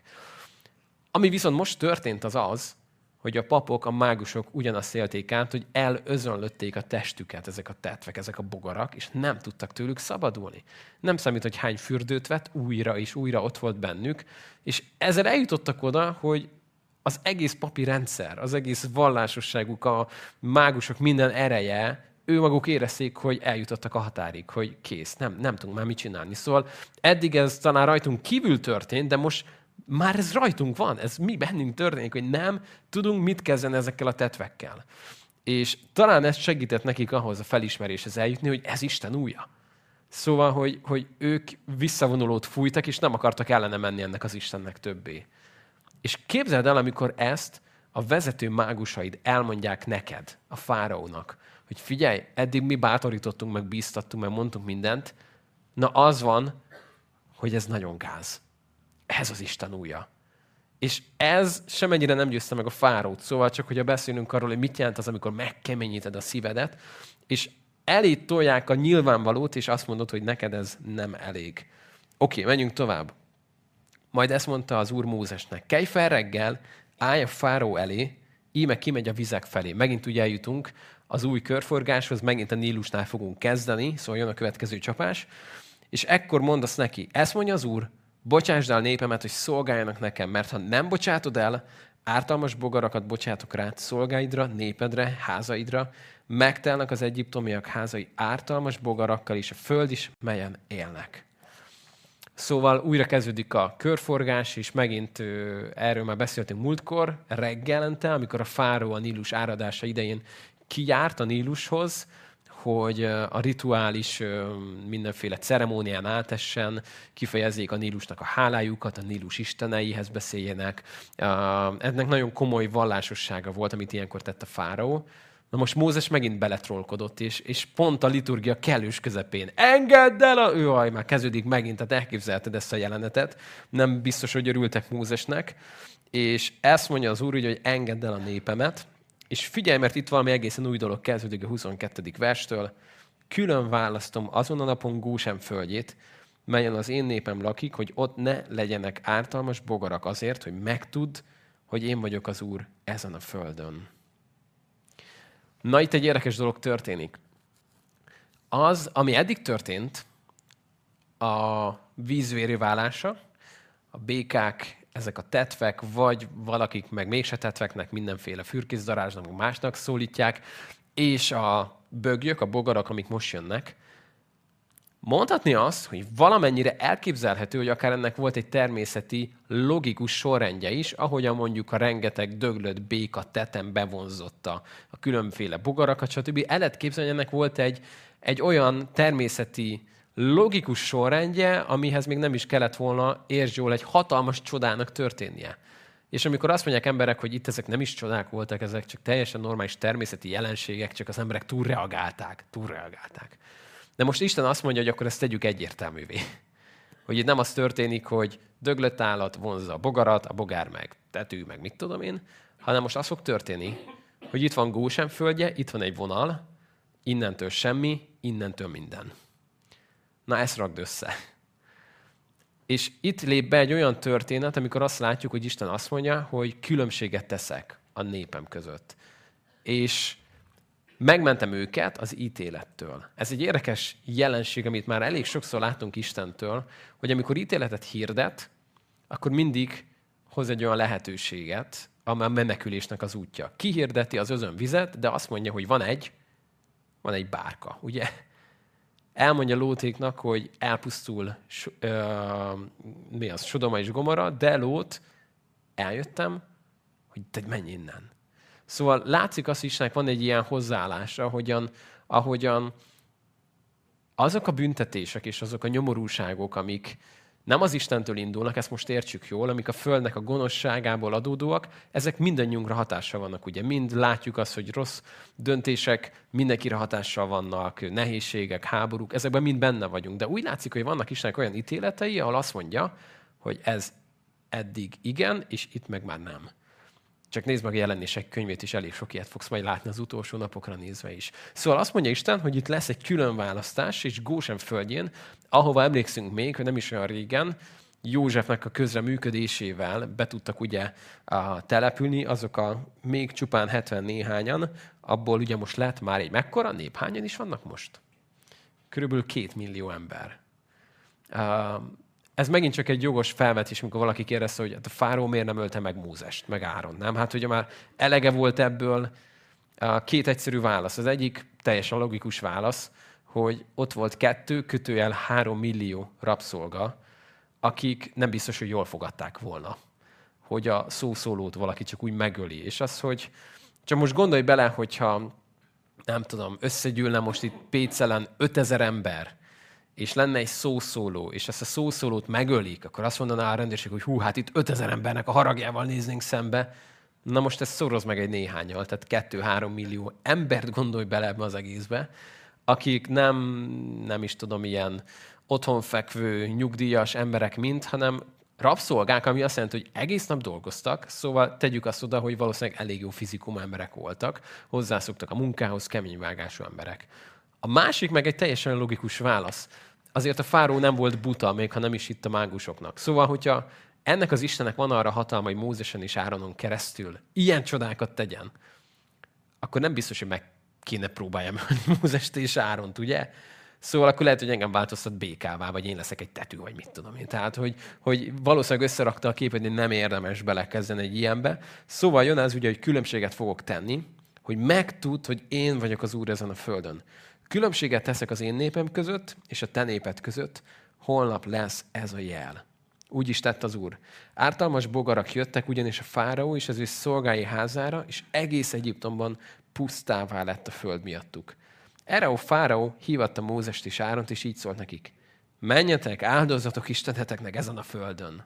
Ami viszont most történt az, hogy a papok, a mágusok ugyanazt élték át, hogy elözönlötték a testüket ezek a tetvek, ezek a bogarak, és nem tudtak tőlük szabadulni. Nem számít, hogy hány fürdőt vett, újra és újra ott volt bennük, és ezzel eljutottak oda, hogy az egész papi rendszer, az egész vallásosságuk, a mágusok minden ereje, ő maguk érezték, hogy eljutottak a határig, hogy kész, nem tudunk már mit csinálni. Szóval eddig ez talán rajtunk kívül történt, de most már ez rajtunk van, ez mi bennünk történik, hogy nem tudunk mit kezdeni ezekkel a tetvekkel. És talán ez segített nekik ahhoz a felismeréshez eljutni, hogy ez Isten újja. Szóval, hogy ők visszavonulót fújtak, és nem akartak ellene menni ennek az Istennek többé. És képzeld el, amikor ezt a vezető mágusaid elmondják neked, a fáraónak, hogy figyelj, eddig mi bátorítottunk, meg bíztattunk, meg mondtunk mindent, na az van, hogy ez nagyon gáz. Ez az Isten újja. És ez semennyire nem győzte meg a fáraót. Szóval csak, hogyha beszélünk arról, hogy mit jelent az, amikor megkeményíted a szívedet, és elé tolják a nyilvánvalót, és azt mondod, hogy neked ez nem elég. Oké, menjünk tovább. Majd ezt mondta az Úr Mózesnek. Kelj fel reggel, állj a fáraó elé, íme kimegy a vizek felé. Megint ugye eljutunk az új körforgáshoz, megint a Nílusnál fogunk kezdeni, szóval jön a következő csapás, és ekkor mondasz neki, ezt mondja az Úr, bocsásd el népemet, hogy szolgáljanak nekem, mert ha nem bocsátod el, ártalmas bogarakat bocsátok rád szolgáidra, népedre, házaidra, megtelnek az egyiptomiak házai ártalmas bogarakkal, és a föld is, melyen élnek. Szóval újra kezdődik a körforgás, és megint erről már beszéltünk múltkor, reggelente, amikor a fáraó a Nílus áradása idején kijárt a Nílushoz, hogy a rituális mindenféle ceremónián átessen, kifejezzék a Nílusnak a hálájukat, a Nílus isteneihez beszéljenek. Ennek nagyon komoly vallásossága volt, amit ilyenkor tett a fáraó. Na most Mózes megint beletrollkodott, és pont a liturgia kellős közepén. Engedd el Jaj, már kezdődik megint, tehát elképzelheted ezt a jelenetet. Nem biztos, hogy örültek Mózesnek. És ezt mondja az Úr, hogy engedd el a népemet. És figyelj, mert itt valami egészen új dolog kezdődik a 22. verstől. Külön választom azon a napon Gósen földjét, melyen az én népem lakik, hogy ott ne legyenek ártalmas bogarak azért, hogy megtudd, hogy én vagyok az Úr ezen a földön. Na, itt egy érdekes dolog történik. Az, ami eddig történt, a vízvéré válása, a békák, ezek a tetvek, vagy valakik meg mégse tetveknek, mindenféle fürkészdarázsnak, másnak szólítják, és a bögyök, a bogarak, amik most jönnek, mondhatni azt, hogy valamennyire elképzelhető, hogy akár ennek volt egy természeti, logikus sorrendje is, ahogyan mondjuk a rengeteg döglött béka teten bevonzott a különféle bogarakat, stb. El lehet képzelni, hogy ennek volt egy olyan természeti, logikus sorrendje, amihez még nem is kellett volna, értsd jól, egy hatalmas csodának történnie. És amikor azt mondják emberek, hogy itt ezek nem is csodák voltak, ezek csak teljesen normális természeti jelenségek, csak az emberek túlreagálták. De most Isten azt mondja, hogy akkor ezt tegyük egyértelművé. Hogy itt nem az történik, hogy döglött állat vonzza a bogarat, a bogár meg tetű, meg mit tudom én, hanem most az fog történni, hogy itt van Gósen földje, itt van egy vonal, innentől semmi, innentől minden. Na, ezt rakd össze. És itt lép be egy olyan történet, amikor azt látjuk, hogy Isten azt mondja, hogy különbséget teszek a népem között. És megmentem őket az ítélettől. Ez egy érdekes jelenség, amit már elég sokszor látunk Istentől, hogy amikor ítéletet hirdet, akkor mindig hoz egy olyan lehetőséget, amely a menekülésnek az útja. Kihirdeti az özönvizet, de azt mondja, hogy van egy bárka, ugye? Elmondja Lótéknak, hogy elpusztul Sodoma és Gomorra, de Lót, eljöttem, hogy te menj innen. Szóval látszik azt, hogy Istennek van egy ilyen hozzáállása, ahogyan azok a büntetések és azok a nyomorúságok, amik nem az Istentől indulnak, ezt most értsük jól, amik a földnek a gonoszságából adódóak, ezek mindannyiunkra hatással vannak, ugye. Mind látjuk azt, hogy rossz döntések mindenkire hatással vannak, nehézségek, háborúk, ezekben mind benne vagyunk. De úgy látszik, hogy vannak Istennek olyan ítéletei, ahol azt mondja, hogy ez eddig igen, és itt meg már nem. Csak nézd meg a Jelenések könyvét is, elég sok ilyet fogsz majd látni az utolsó napokra nézve is. Szóval azt mondja Isten, hogy itt lesz egy külön választás, és Gósen földjén, ahova emlékszünk még, hogy nem is olyan régen, Józsefnek a közreműködésével be tudtak ugye települni, azok a még csupán 70 néhányan, abból ugye most lett már egy mekkora nép. Hányan is vannak most? Körülbelül 2 millió ember. Ez megint csak egy jogos felvetés, amikor valaki kérdezte, hogy a fáraó miért nem ölte meg Mózest, meg Áron, nem? Hát ugye már elege volt ebből. Két egyszerű válasz. Az egyik teljesen logikus válasz, hogy ott volt 2-3 millió rabszolga, akik nem biztos, hogy jól fogadták volna, hogy a szószólót valaki csak úgy megöli. És az, hogy csak most gondolj bele, hogyha nem tudom, összegyűlne most itt Pécelen 5000 ember, és lenne egy szószóló, és ezt a szószólót megölik, akkor azt mondaná a rendőrség, hogy hú, hát itt 5000 embernek a haragjával néznénk szembe. Na most ezt szoroz meg egy néhánnyal, tehát 2-3 millió embert gondolj bele ebbe az egészbe, akik nem is tudom, ilyen otthonfekvő, nyugdíjas emberek mind, hanem rabszolgák, ami azt jelenti, hogy egész nap dolgoztak, szóval tegyük azt oda, hogy valószínűleg elég jó fizikum emberek voltak, hozzászoktak a munkához, keményvágású emberek. A másik meg egy teljesen logikus válasz. Azért a fáraó nem volt buta, még ha nem is hitt a mágusoknak. Szóval, hogyha ennek az Istennek van arra hatalma, hogy Mózesen és Áronon keresztül ilyen csodákat tegyen, akkor nem biztos, hogy meg kéne próbáljam ölni Mózest és Áront, ugye? Szóval akkor lehet, hogy engem változtat békává, vagy én leszek egy tetű, vagy mit tudom én. Tehát, hogy valószínűleg összerakta a képet, hogy nem érdemes belekezdeni egy ilyenbe. Szóval jön ez ugye, hogy különbséget fogok tenni, hogy megtudd, hogy én vagyok az Úr ezen a földön. Különbséget teszek az én népem között, és a te néped között, holnap lesz ez a jel. Úgy is tett az Úr. Ártalmas bogarak jöttek ugyanis a fáraó és az ő szolgái házára, és egész Egyiptomban pusztává lett a föld miattuk. Erre a fáraó hívatta Mózest és Áront, és így szólt nekik. Menjetek, áldozatok isteneteknek ezen a földön.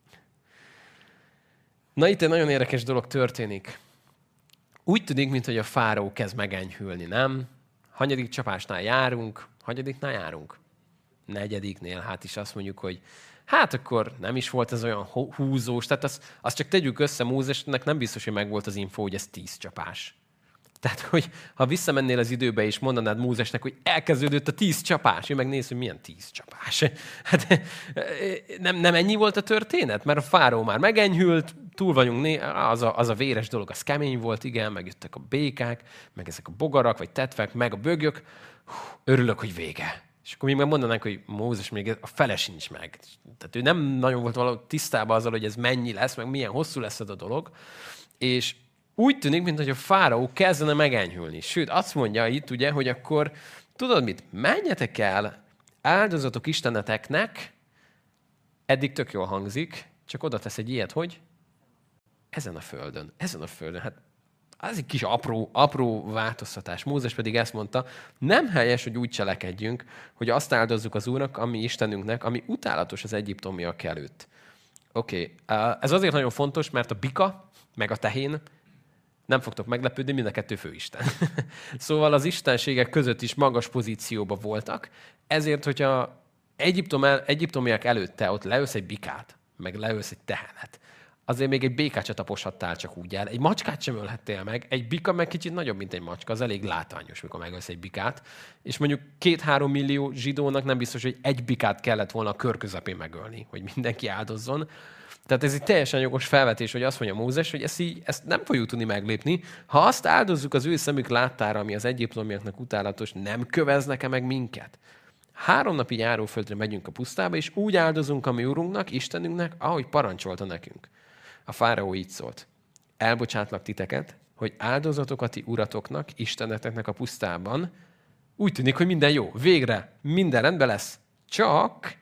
Na itt egy nagyon érdekes dolog történik. Úgy tűnik, mintha a fáraó kezd megenyhülni, nem? Hanyadik csapásnál járunk? Hanyadiknál járunk? Negyediknél, hát is azt mondjuk, hogy hát akkor nem is volt ez olyan húzós. Tehát azt csak tegyük össze, Mózesnek nem biztos, hogy megvolt az info, hogy ez 10 csapás. Tehát, hogy ha visszamennél az időbe és mondanád Mózesnek, hogy elkezdődött a 10 csapás, ő megnéz, hogy milyen 10 csapás. Hát nem ennyi volt a történet? Mert a fáraó már megenyhült, túl vagyunk, az a véres dolog, az kemény volt, igen, megjöttek a békák, meg ezek a bogarak, vagy tetvek, meg a bögyök. Örülök, hogy vége. És akkor még mondanánk, hogy Mózes még a fele sincs meg. Tehát ő nem nagyon volt valahogy tisztában azzal, hogy ez mennyi lesz, meg milyen hosszú lesz ez a dolog. És úgy tűnik, mintha a fáraó kezdene megenyhülni. Sőt, azt mondja itt, ugye, hogy akkor tudod mit? Menjetek el, áldozatok isteneteknek, eddig tök jól hangzik, csak oda tesz egy ilyet, hogy ezen a földön. Hát az egy kis apró változtatás. Mózes pedig ezt mondta, nem helyes, hogy úgy cselekedjünk, hogy azt áldozzuk az Úrnak, ami Istenünknek, ami utálatos az egyiptomiak előtt. Oké. Ez azért nagyon fontos, mert a bika, meg a tehén, nem fogtok meglepődni, mind a kettő főisten. Szóval az istenségek között is magas pozícióban voltak, ezért, hogyha egyiptomiak előtte ott leölsz egy bikát, meg leölsz egy tehenet, azért még egy békát se taposhattál csak úgy el. Egy macskát sem ölhettél meg, egy bika meg kicsit nagyobb, mint egy macska, az elég látványos, mikor megölsz egy bikát. És mondjuk 2-3 millió zsidónak nem biztos, hogy egy bikát kellett volna a kör közepén megölni, hogy mindenki áldozzon. Tehát ez egy teljesen jogos felvetés, hogy azt mondja Mózes, hogy ezt nem fogjuk tudni meglépni. Ha azt áldozzuk az ő szemük láttára, ami az egyiptomiaknak utálatos, nem köveznek-e meg minket? 3 napi járóföldre megyünk a pusztába, és úgy áldozunk a mi Urunknak, Istenünknek, ahogy parancsolta nekünk. A fáraó így szólt. Elbocsátlak titeket, hogy áldozatokat ti uratoknak, isteneteknek a pusztában. Úgy tűnik, hogy minden jó. Végre minden rendben lesz. Csak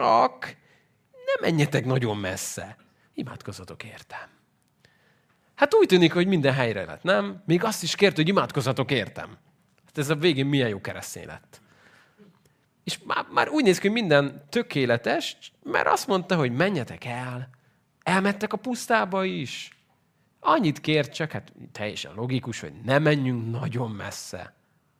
ne menjetek nagyon messze. Imádkozzatok értem. Hát úgy tűnik, hogy minden helyre lett, nem? Még azt is kért, hogy imádkozzatok értem. Hát ez a végén milyen jó keresztény lett. És már úgy néz ki, hogy minden tökéletes, mert azt mondta, hogy menjetek el. Elmentek a pusztába is. Annyit kért csak, hát teljesen logikus, hogy ne menjünk nagyon messze.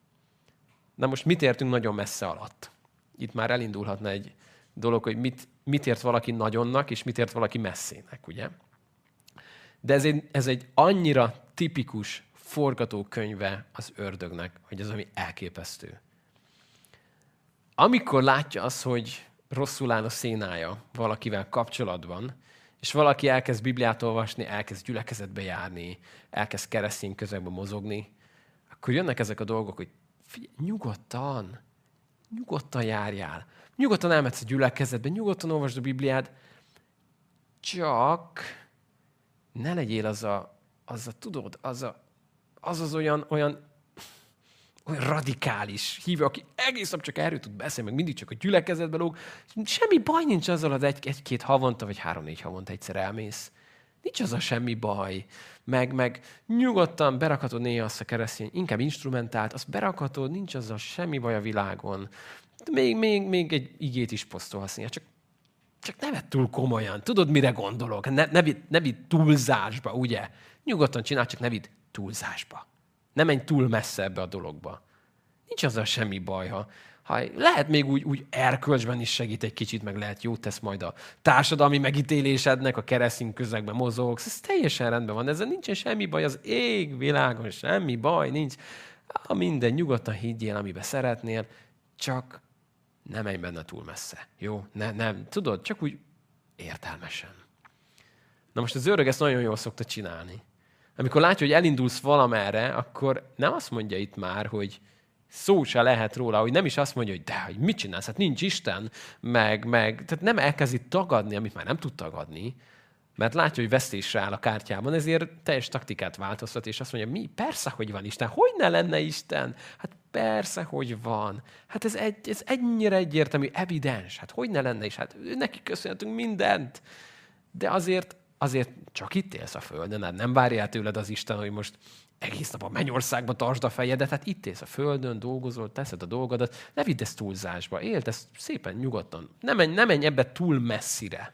Na most mit értünk nagyon messze alatt? Itt már elindulhatna egy dolog, hogy mit ért valaki nagyonnak, és mit ért valaki messzének, ugye? De ez egy annyira tipikus forgatókönyve az ördögnek, hogy ez ami elképesztő. Amikor látja azt, hogy rosszul áll a szénája valakivel kapcsolatban, és valaki elkezd Bibliát olvasni, elkezd gyülekezetbe járni, elkezd keresztény közegbe mozogni, akkor jönnek ezek a dolgok, hogy figyelj, nyugodtan járjál. Nyugodtan elmehetsz a gyülekezetbe, nyugodtan olvasd a Bibliát, csak ne legyél az olyan radikális hívő, aki egész nap csak erről tud beszélni, meg mindig csak a gyülekezetbe lóg. Semmi baj nincs azzal, az egy-két havonta, vagy 3-4 havonta egyszer elmész. Nincs azzal semmi baj. Meg nyugodtan berakhatod néha azt a keresztény, inkább instrumentált, azt berakhatod, nincs azzal semmi baj a világon. Még egy igét is posztolhatsz néha, csak ne vedd túl komolyan. Tudod, mire gondolok? Ne vidd túlzásba, ugye? Nyugodtan csinálj, csak ne vidd túlzásba. Ne menj túl messze ebbe a dologba. Nincs azzal semmi baj, ha lehet még úgy erkölcsben is segít egy kicsit, meg lehet jót tesz majd a társadalmi megítélésednek, a keresztény közegben mozogsz. Ez teljesen rendben van, ezzel nincsen semmi baj, az ég világon semmi baj, nincs. Minden, nyugodtan higgyél, amiben szeretnél, csak ne menj benne túl messze. Jó? Nem, tudod, csak úgy értelmesen. Na most az ördög ezt nagyon jól szokta csinálni. Amikor látja, hogy elindulsz valamerre, akkor nem azt mondja itt már, hogy szó se lehet róla, hogy nem is azt mondja, hogy mit csinálsz, hát nincs Isten, tehát nem elkezdi tagadni, amit már nem tud tagadni, mert látja, hogy vesztésre áll a kártyában, ezért teljes taktikát változtat, és azt mondja, persze, hogy van Isten, hogy ne lenne Isten? Hát persze, hogy van. Hát ez ennyire egyértelmű, evidens, hát hogy ne lenne is? Hát neki köszönhetünk mindent. De azért csak itt élsz a földön, hát nem várja tőled az Isten, hogy most egész nap a mennyországba tartsd a fejedet, hát itt élsz a földön, dolgozol, teszed a dolgodat, ne vidd ezt túlzásba, éld ezt szépen, nyugodtan. Ne menj ebbe túl messzire.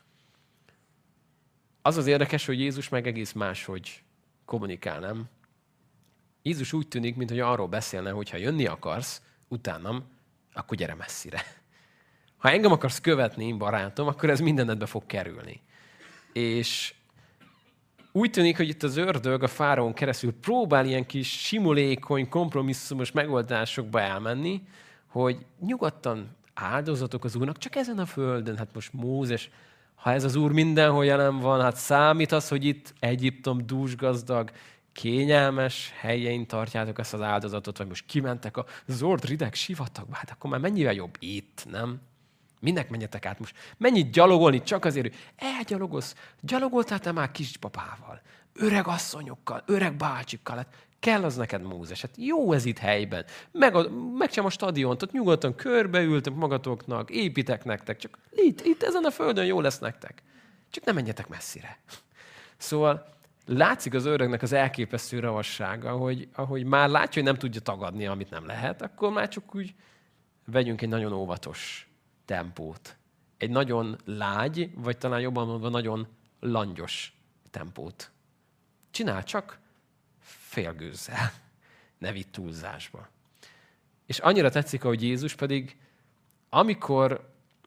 Az érdekes, hogy Jézus meg egész máshogy kommunikál, nem? Jézus úgy tűnik, mintha arról beszélne, hogy ha jönni akarsz utánam, akkor gyere messzire. Ha engem akarsz követni, barátom, akkor ez mindenedbe fog kerülni. És úgy tűnik, hogy itt az ördög a fáraón keresztül próbál ilyen kis simulékony, kompromisszumos megoldásokba elmenni, hogy nyugodtan áldozatok az Úrnak, csak ezen a földön. Hát most Mózes, ha ez az Úr mindenhol jelen van, hát számít az, hogy itt Egyiptom dúsgazdag, kényelmes helyein tartjátok ezt az áldozatot, vagy most kimentek a zord rideg sivatagba, hát akkor már mennyivel jobb itt, nem? Minek menjetek át most? Mennyit gyalogolni csak azért, hogy elgyalogolsz? Gyalogoltál te már kisbabával? öreg asszonyokkal, öreg bácsikkal, hát kell az neked, Mózes. Hát jó ez itt helyben. Megcsinálom a stadiont, ott nyugodtan körbeültök magatoknak, építek nektek, csak itt ezen a földön jó lesz nektek. Csak ne menjetek messzire. Szóval látszik az öregnek az elképesztő ravassága, ahogy már látja, hogy nem tudja tagadni, amit nem lehet, akkor már csak úgy vegyünk egy nagyon óvatos tempót. Egy nagyon lágy, vagy talán jobban mondva nagyon langyos tempót. Csinál csak félgőzzel. Ne vidd túlzásba. És annyira tetszik, hogy Jézus pedig, amikor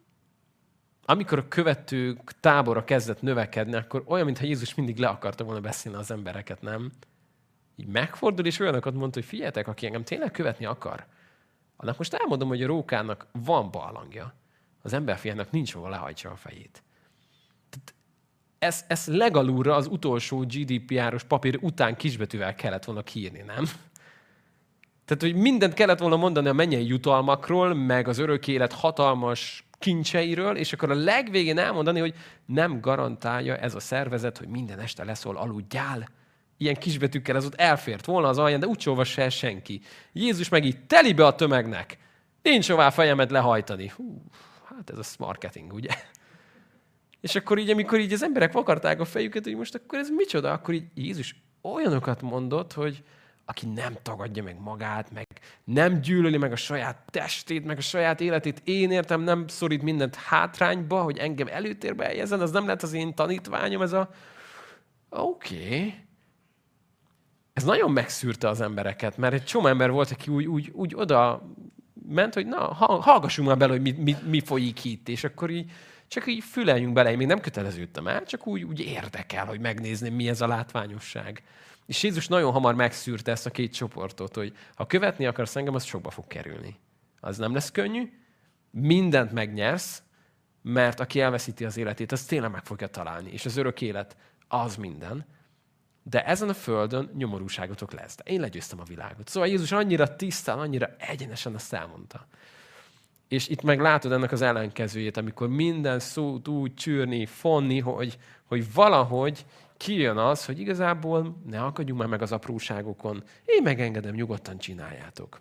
a követők tábora kezdett növekedni, akkor olyan, mintha Jézus mindig le akarta volna beszélni az embereket, nem? Így megfordul, és olyanokat mondta, hogy figyeljetek, aki engem tényleg követni akar, annak most elmondom, hogy a rókának van barlangja. Az emberfiának nincs hova lehajtsa a fejét. Ezt legalulra az utolsó GDPR-os papír után kisbetűvel kellett volna kiírni, nem? Tehát, hogy mindent kellett volna mondani a mennyei jutalmakról, meg az örök élet hatalmas kincseiről, és akkor a legvégén elmondani, hogy nem garantálja ez a szervezet, hogy minden este leszól, aludjál. Ilyen kisbetűkkel ez ott elfért volna az alján, de úgy olvassa el senki. Jézus meg így telibe a tömegnek. Nincs hová fejemet lehajtani. Hát ez a marketing, ugye? És akkor így, amikor így az emberek vakarták a fejüket, hogy most akkor ez micsoda, akkor így Jézus olyanokat mondott, hogy aki nem tagadja meg magát, meg nem gyűlöli meg a saját testét, meg a saját életét, én értem, nem szorít mindent hátrányba, hogy engem előtérbe helyezzen, az nem lehet az én tanítványom, ez a... Oké. Ez nagyon megszűrte az embereket, mert egy csomó ember volt, aki úgy oda ment, hogy na, hallgassunk már bele, hogy mi folyik itt, és akkor így csak így füleljünk bele, én még nem köteleződtem el, csak úgy érdekel, hogy megnézni, mi ez a látványosság. És Jézus nagyon hamar megszűrte ezt a két csoportot, hogy ha követni akarsz engem, az sokba fog kerülni. Az nem lesz könnyű, mindent megnyersz, mert aki elveszíti az életét, az tényleg meg fogja találni. És az örök élet az minden. De ezen a földön nyomorúságotok lesz. De én legyőztem a világot. Szóval Jézus annyira tisztán, annyira egyenesen azt elmondta. És itt meg látod ennek az ellenkezőjét, amikor minden szót úgy csűrni, fonni, hogy valahogy kijön az, hogy igazából ne akadjunk már meg az apróságokon, én megengedem, nyugodtan csináljátok.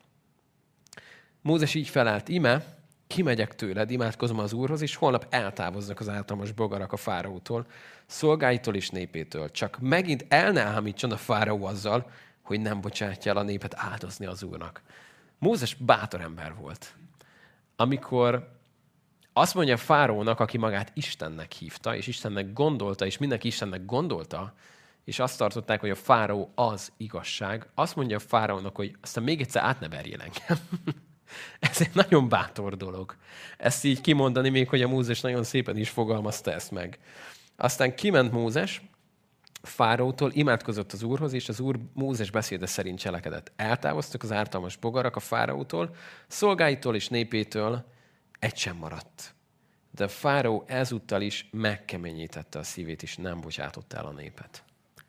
Mózes így felelt, íme, kimegyek tőled, imádkozom az Úrhoz, és holnap eltávoznak az általmas bogarak a fáraótól, szolgáitól és népétől. Csak megint el ne ámítson a fáraó azzal, hogy nem bocsátja el a népet áldozni az Úrnak. Mózes bátor ember volt. Amikor azt mondja Fáraónak, aki magát Istennek hívta, és Istennek gondolta, és mindenki Istennek gondolta, és azt tartották, hogy a Fáraó az igazság, azt mondja a Fáraónak, hogy aztán még egyszer át ne verjél engem. Ez egy nagyon bátor dolog. Ezt így kimondani, még hogy a Mózes nagyon szépen is fogalmazta ezt meg. Aztán kiment Mózes Fáraótól, imádkozott az Úrhoz, és az Úr Mózes beszéde szerint cselekedett. Eltávoztak az ártalmas bogarak a Fáraótól, szolgáitól és népétől, egy sem maradt. De a Fáraó ezúttal is megkeményítette a szívét, és nem bocsátotta el a népet.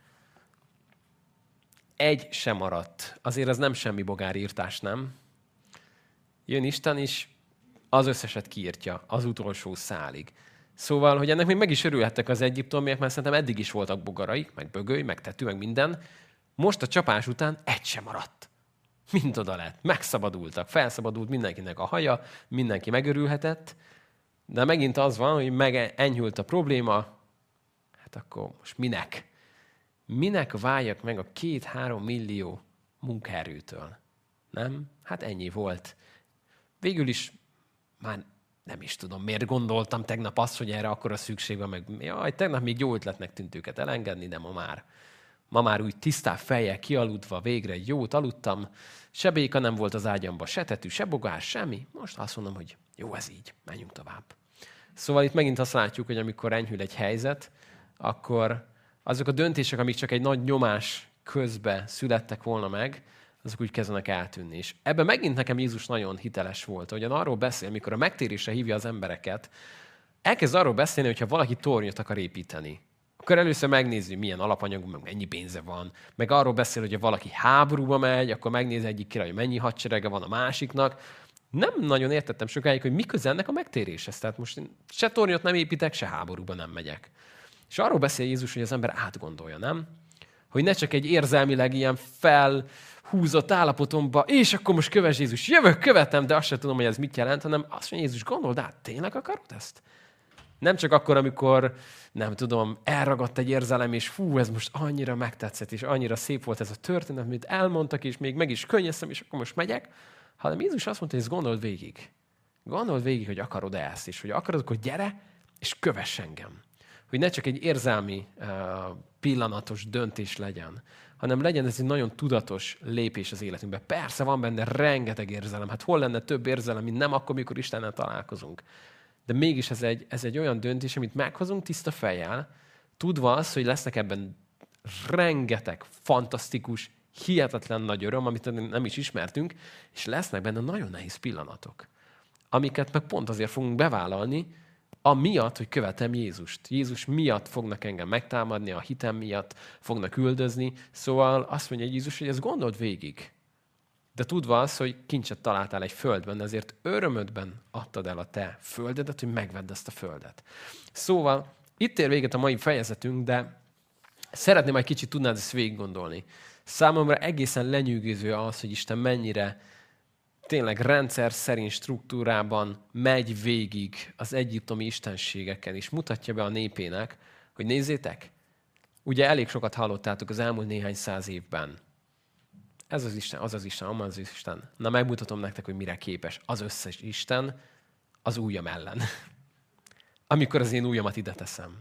Egy sem maradt. Azért az nem semmi bogárírtás, nem? Jön Isten is, az összeset kiírtja, az utolsó szálig. Szóval, hogy ennek még meg is örülhettek az egyiptomiak, mert szerintem eddig is voltak bogaraik, meg bögöly, meg tetű, meg minden. Most a csapás után egy sem maradt. Mind oda lett. Megszabadultak. Felszabadult mindenkinek a haja, mindenki megörülhetett, de megint az van, hogy megenyhült a probléma, hát akkor most minek? Minek váljak meg a 2-3 millió munkaerőtől? Nem? Hát ennyi volt. Végül is már nem is tudom, miért gondoltam tegnap azt, hogy erre akkora szükség van, meg jaj, tegnap még jó ötletnek tűnt őket elengedni, de ma már úgy tisztább fejjel kialudva végre egy jót aludtam, se béka nem volt az ágyamba, se tetű, se bogás, semmi. Most azt mondom, hogy jó ez így, menjünk tovább. Szóval itt megint azt látjuk, hogy amikor enyhül egy helyzet, akkor azok a döntések, amik csak egy nagy nyomás közbe születtek volna meg, azok úgy kezdenek eltűnni. És ebben megint nekem Jézus nagyon hiteles volt, hogy arról beszél, amikor a megtérésre hívja az embereket, elkezd arról beszélni, hogyha valaki tornyot akar építeni. Akkor először megnézi, milyen alapanyag, meg mennyi pénze van. Meg arról beszél, hogy ha valaki háborúba megy, akkor megnézi egyik király, hogy mennyi hadserege van a másiknak. Nem nagyon értettem sokáig, hogy mi köze ennek a megtéréshez. Tehát most én se tornyot nem építek, se háborúba nem megyek. És arról beszél Jézus, hogy az ember átgondolja, nem? Hogy ne csak egy érzelmileg ilyen felhúzott állapotomba, és akkor most kövess Jézus, jövök, követem, de azt sem tudom, hogy ez mit jelent, hanem azt mondja Jézus, gondold át, tényleg akarod ezt? Nem csak akkor, amikor, nem tudom, elragadt egy érzelem, és fú, ez most annyira megtetszett, és annyira szép volt ez a történet, amit elmondtak, és még meg is könnyeztem, és akkor most megyek, hanem Jézus azt mondta, hogy ezt gondold végig. Gondold végig, hogy akarod-e ezt, és hogy akarod, akkor gyere, és kövess engem. Hogy ne csak egy érzelmi, pillanatos döntés legyen, hanem legyen ez egy nagyon tudatos lépés az életünkben. Persze van benne rengeteg érzelem. Hát hol lenne több érzelem, mint nem akkor, mikor Istennel találkozunk. De mégis ez egy olyan döntés, amit meghozunk tiszta fejjel, tudva az, hogy lesznek ebben rengeteg fantasztikus, hihetetlen nagy öröm, amit nem is ismertünk, és lesznek benne nagyon nehéz pillanatok, amiket meg pont azért fogunk bevállalni, amiatt, hogy követem Jézust. Jézus miatt fognak engem megtámadni, a hitem miatt fognak üldözni. Szóval azt mondja Jézus, hogy ezt gondold végig. De tudva az, hogy kincset találtál egy földben, ezért örömödben adtad el a te földedet, hogy megvedd ezt a földet. Szóval itt ér véget a mai fejezetünk, de szeretném egy kicsit tudnád ezt végig gondolni. Számomra egészen lenyűgöző az, hogy Isten mennyire tényleg rendszer szerint struktúrában megy végig az egyiptomi istenségeken, és mutatja be a népének, hogy nézzétek, ugye elég sokat hallottátok az elmúlt néhány száz évben. Ez az Isten, az az Isten, amaz az Isten. Na, megmutatom nektek, hogy mire képes az összes Isten az ujjam ellen. Amikor az én ujjamat ide teszem.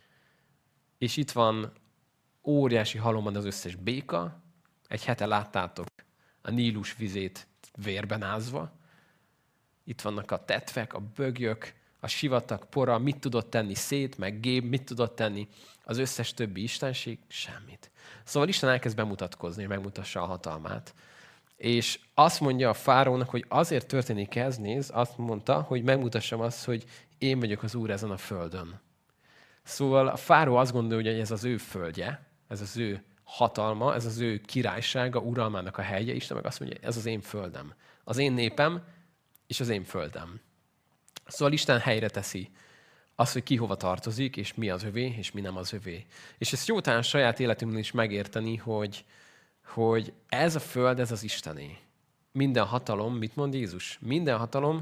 És itt van óriási halomban az összes béka. Egy hete láttátok a Nílus vizét vérben ázva. Itt vannak a tetvek, a bögyök, a sivatag pora, mit tudott tenni Szét, meg Gép, mit tudott tenni az összes többi istenség? Semmit. Szóval Isten elkezd bemutatkozni, hogy megmutassa a hatalmát. És azt mondja a fáraónak, hogy azért történik ez, nézd, azt mondta, hogy megmutassam azt, hogy én vagyok az Úr ezen a földön. Szóval a fáraó azt gondolja, hogy ez az ő földje, ez az ő hatalma, ez az ő királysága, uralmának a helye. Isten meg azt mondja, ez az én földem, az én népem és az én földem. Szóval Isten helyre teszi az, hogy ki hova tartozik, és mi az övé, és mi nem az övé. És ezt jó talán saját életünkben is megérteni, hogy ez a föld, ez az Istené. Minden hatalom, mit mond Jézus? Minden hatalom,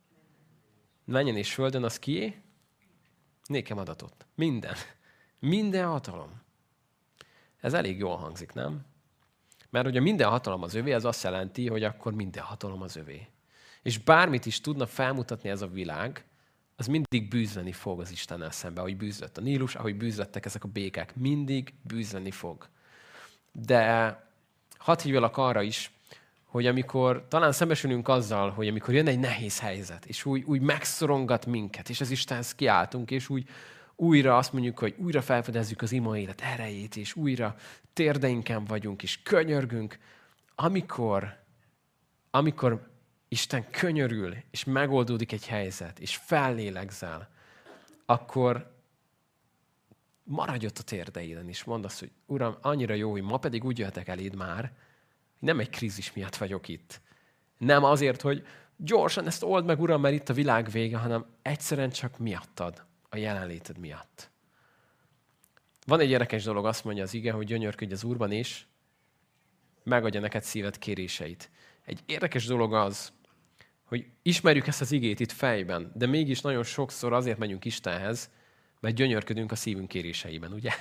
menjen és földön, az kié? Nékem adatott. Minden. Minden hatalom. Ez elég jól hangzik, nem? Mert ugye minden hatalom az övé, ez azt jelenti, hogy akkor minden hatalom az övé. És bármit is tudna felmutatni ez a világ, az mindig bűzleni fog az Istennel szembe, ahogy bűzlött a Nílus, ahogy bűzlettek ezek a békák. Mindig bűzleni fog. De hadd hívjalak arra is, hogy amikor talán szembesülünk azzal, hogy amikor jön egy nehéz helyzet, és úgy megszorongat minket, és az Istenhez kiáltunk, és úgy újra azt mondjuk, hogy újra felfedezzük az ima élet erejét, és újra térdeinken vagyunk, és könyörgünk, amikor Isten könyörül, és megoldódik egy helyzet, és fellélegzel, akkor maradj ott a térdeiden, és mondd azt, hogy Uram, annyira jó, hogy ma pedig úgy jöhetek eléd már, nem egy krízis miatt vagyok itt. Nem azért, hogy gyorsan ezt old meg, Uram, mert itt a világ vége, hanem egyszerűen csak miattad, a jelenléted miatt. Van egy érdekes dolog, azt mondja az ige, hogy gyönyörködj az Úrban, és megadja neked szíved kéréseit. Egy érdekes dolog az, hogy ismerjük ezt az igét itt fejben, de mégis nagyon sokszor azért megyünk Istenhez, mert gyönyörködünk a szívünk kéréseiben, ugye?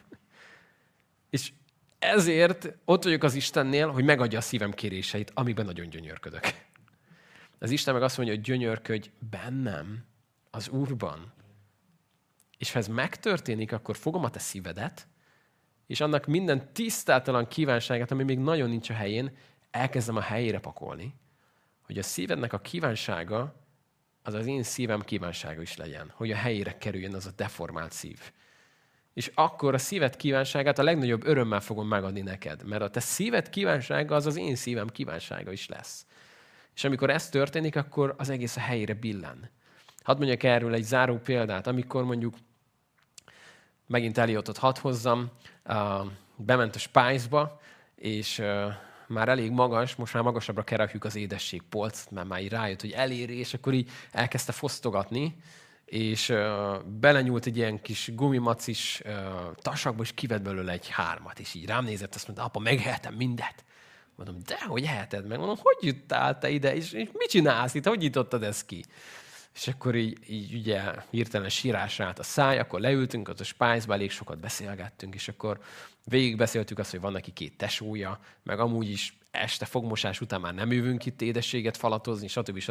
És ezért ott vagyok az Istennél, hogy megadja a szívem kéréseit, amiben nagyon gyönyörködök. Az Isten meg azt mondja, hogy gyönyörködj bennem, az Úrban. És ha ez megtörténik, akkor fogom a te szívedet, és annak minden tisztátalan kívánságát, ami még nagyon nincs a helyén, elkezdem a helyére pakolni, hogy a szívednek a kívánsága az az én szívem kívánsága is legyen, hogy a helyére kerüljön az a deformált szív. És akkor a szíved kívánságát a legnagyobb örömmel fogom megadni neked, mert a te szíved kívánsága az az én szívem kívánsága is lesz. És amikor ez történik, akkor az egész a helyére billen. Hadd mondjak erről egy záró példát, amikor mondjuk megint Eliotot hadd hozzam, bement a Spice-ba, és már elég magas, most már magasabbra kerekjük az édességpolcot, mert már így rájött, hogy eléri, és akkor így elkezdte fosztogatni, és belenyúlt egy ilyen kis gumimacis tasakba, és kivett belőle egy 3-at, és így rám nézett, azt mondta, apa, megehetem mindet. Mondom, de hogy eheted meg? Mondom, hogy juttál te ide, és mit csinálsz itt, hogy nyitottad ezt ki? És akkor így ugye hirtelen sírásra állt a száj, akkor leültünk, az a Spice-ba elég sokat beszélgettünk, és akkor végigbeszéltük azt, hogy van neki 2 tesója, meg amúgy is este fogmosás után már nem jövünk itt édességet falatozni,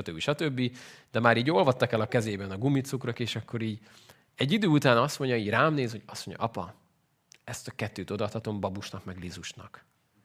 stb. De már így olvadtak el a kezében a gumicukrok, és akkor így egy idő után azt mondja, így rám néz, hogy azt mondja, apa, ezt a 2-t odaadhatom Babusnak, meg Lizusnak.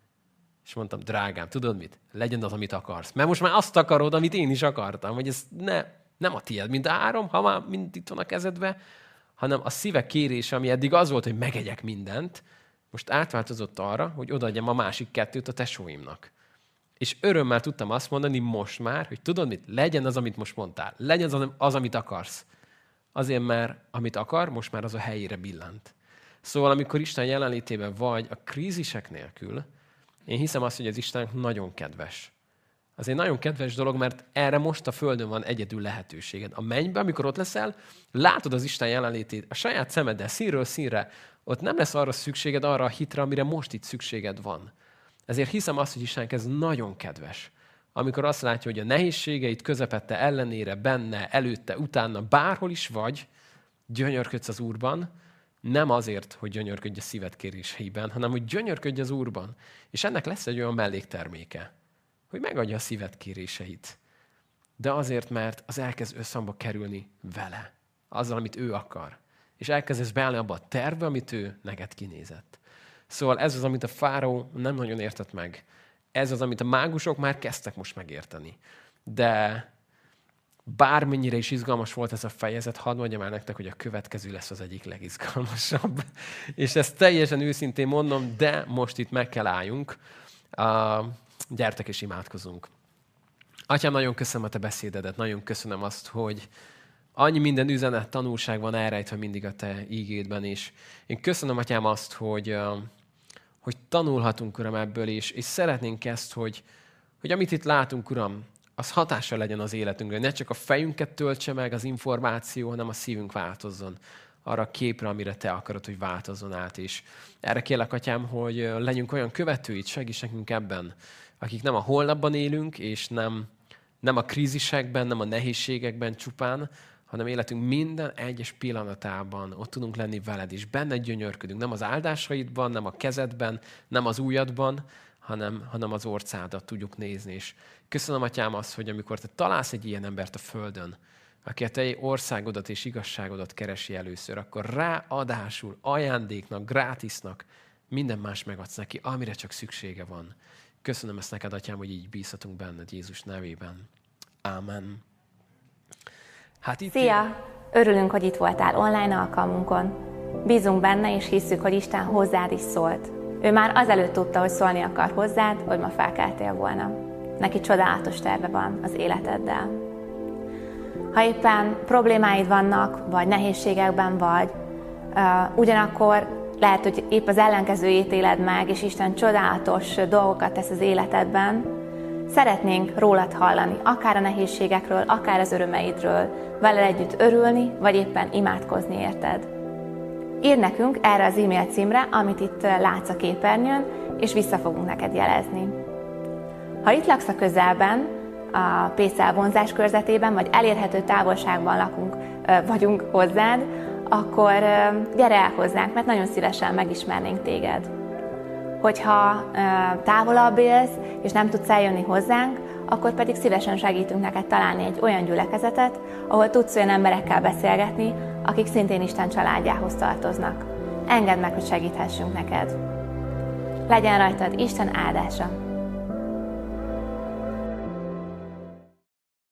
És mondtam, drágám, tudod mit? Legyen az, amit akarsz. Mert most már azt akarod, amit én is akartam, hogy ez nem a tiéd, mint a 3, ha már mind itt van a kezedbe, hanem a szíve kérése, ami eddig az volt, hogy megegyek mindent, most átváltozott arra, hogy odaadjam a másik 2-t a tesóimnak. És örömmel tudtam azt mondani most már, hogy tudod mit? Legyen az, amit most mondtál. Legyen az, amit akarsz. Azért, mert amit akar, most már az a helyére billant. Szóval, amikor Isten jelenlétében vagy a krízisek nélkül, én hiszem azt, hogy az Istennek nagyon kedves. Az egy nagyon kedves dolog, mert erre most a Földön van egyedül lehetőséged. A mennyben, amikor ott leszel, látod az Isten jelenlétét a saját szemeddel, színről színre, ott nem lesz arra szükséged, arra a hitre, amire most itt szükséged van. Ezért hiszem azt, hogy Istennek ez nagyon kedves. Amikor azt látja, hogy a nehézségeit közepette, ellenére, benne, előtte, utána, bárhol is vagy, gyönyörködsz az Úrban, nem azért, hogy gyönyörködj a szíved kéréseiben, hanem hogy gyönyörködj az Úrban. És ennek lesz egy olyan mellékterméke, hogy megadja a szíved kéréseit. De azért, mert az elkezd összhangba kerülni vele, azzal, amit ő akar. És elkezdesz beállni abba a tervbe, amit ő neked kinézett. Szóval ez az, amit a fáraó nem nagyon értett meg. Ez az, amit a mágusok már kezdtek most megérteni. De bármennyire is izgalmas volt ez a fejezet, hadd mondjam el nektek, hogy a következő lesz az egyik legizgalmasabb. És ezt teljesen őszintén mondom, de most itt meg kell álljunk. Gyertek és imádkozunk. Atyám, nagyon köszönöm a te beszédedet, nagyon köszönöm azt, hogy annyi minden üzenet, tanulság van elrejtve mindig a te ígédben is. Én köszönöm, Atyám, azt, hogy tanulhatunk, Uram, ebből, és szeretnénk ezt, hogy amit itt látunk, Uram, az hatással legyen az életünkre. Ne csak a fejünket töltse meg az információ, hanem a szívünk változzon arra a képre, amire te akarod, hogy változzon át. És erre kérlek, Atyám, hogy legyünk olyan követőid, segíts nekünk ebben, akik nem a holnapban élünk, és nem a krízisekben, nem a nehézségekben csupán, hanem életünk minden egyes pillanatában ott tudunk lenni veled, és benned gyönyörködünk. Nem az áldásaidban, nem a kezedben, nem az ujjadban, hanem az orcádat tudjuk nézni. És köszönöm, Atyám, azt, hogy amikor te találsz egy ilyen embert a Földön, aki a te országodat és igazságodat keresi először, akkor ráadásul ajándéknak, grátisznak minden más megadsz neki, amire csak szüksége van. Köszönöm ezt neked, Atyám, hogy így bízhatunk benned Jézus nevében. Ámen.
Szia! Örülünk, hogy itt voltál online alkalmunkon. Bízunk benne, és hisszük, hogy Isten hozzád is szólt. Ő már azelőtt tudta, hogy szólni akar hozzád, hogy ma felkeltél volna. Neki csodálatos terve van az életeddel. Ha éppen problémáid vannak, vagy nehézségekben vagy, ugyanakkor lehet, hogy épp az ellenkezőjét éled meg, és Isten csodálatos dolgokat tesz az életedben, szeretnénk rólad hallani, akár a nehézségekről, akár az örömeidről, veled együtt örülni, vagy éppen imádkozni érted. Írd nekünk erre az e-mail címre, amit itt látsz a képernyőn, és vissza fogunk neked jelezni. Ha itt laksz a közelben, a PCL vonzás körzetében, vagy elérhető távolságban vagyunk hozzád, akkor gyere el hozzánk, mert nagyon szívesen megismernénk téged. Hogyha távolabb élsz, és nem tudsz eljönni hozzánk, akkor pedig szívesen segítünk neked találni egy olyan gyülekezetet, ahol tudsz olyan emberekkel beszélgetni, akik szintén Isten családjához tartoznak. Engedd meg, hogy segíthessünk neked. Legyen rajtad Isten áldása!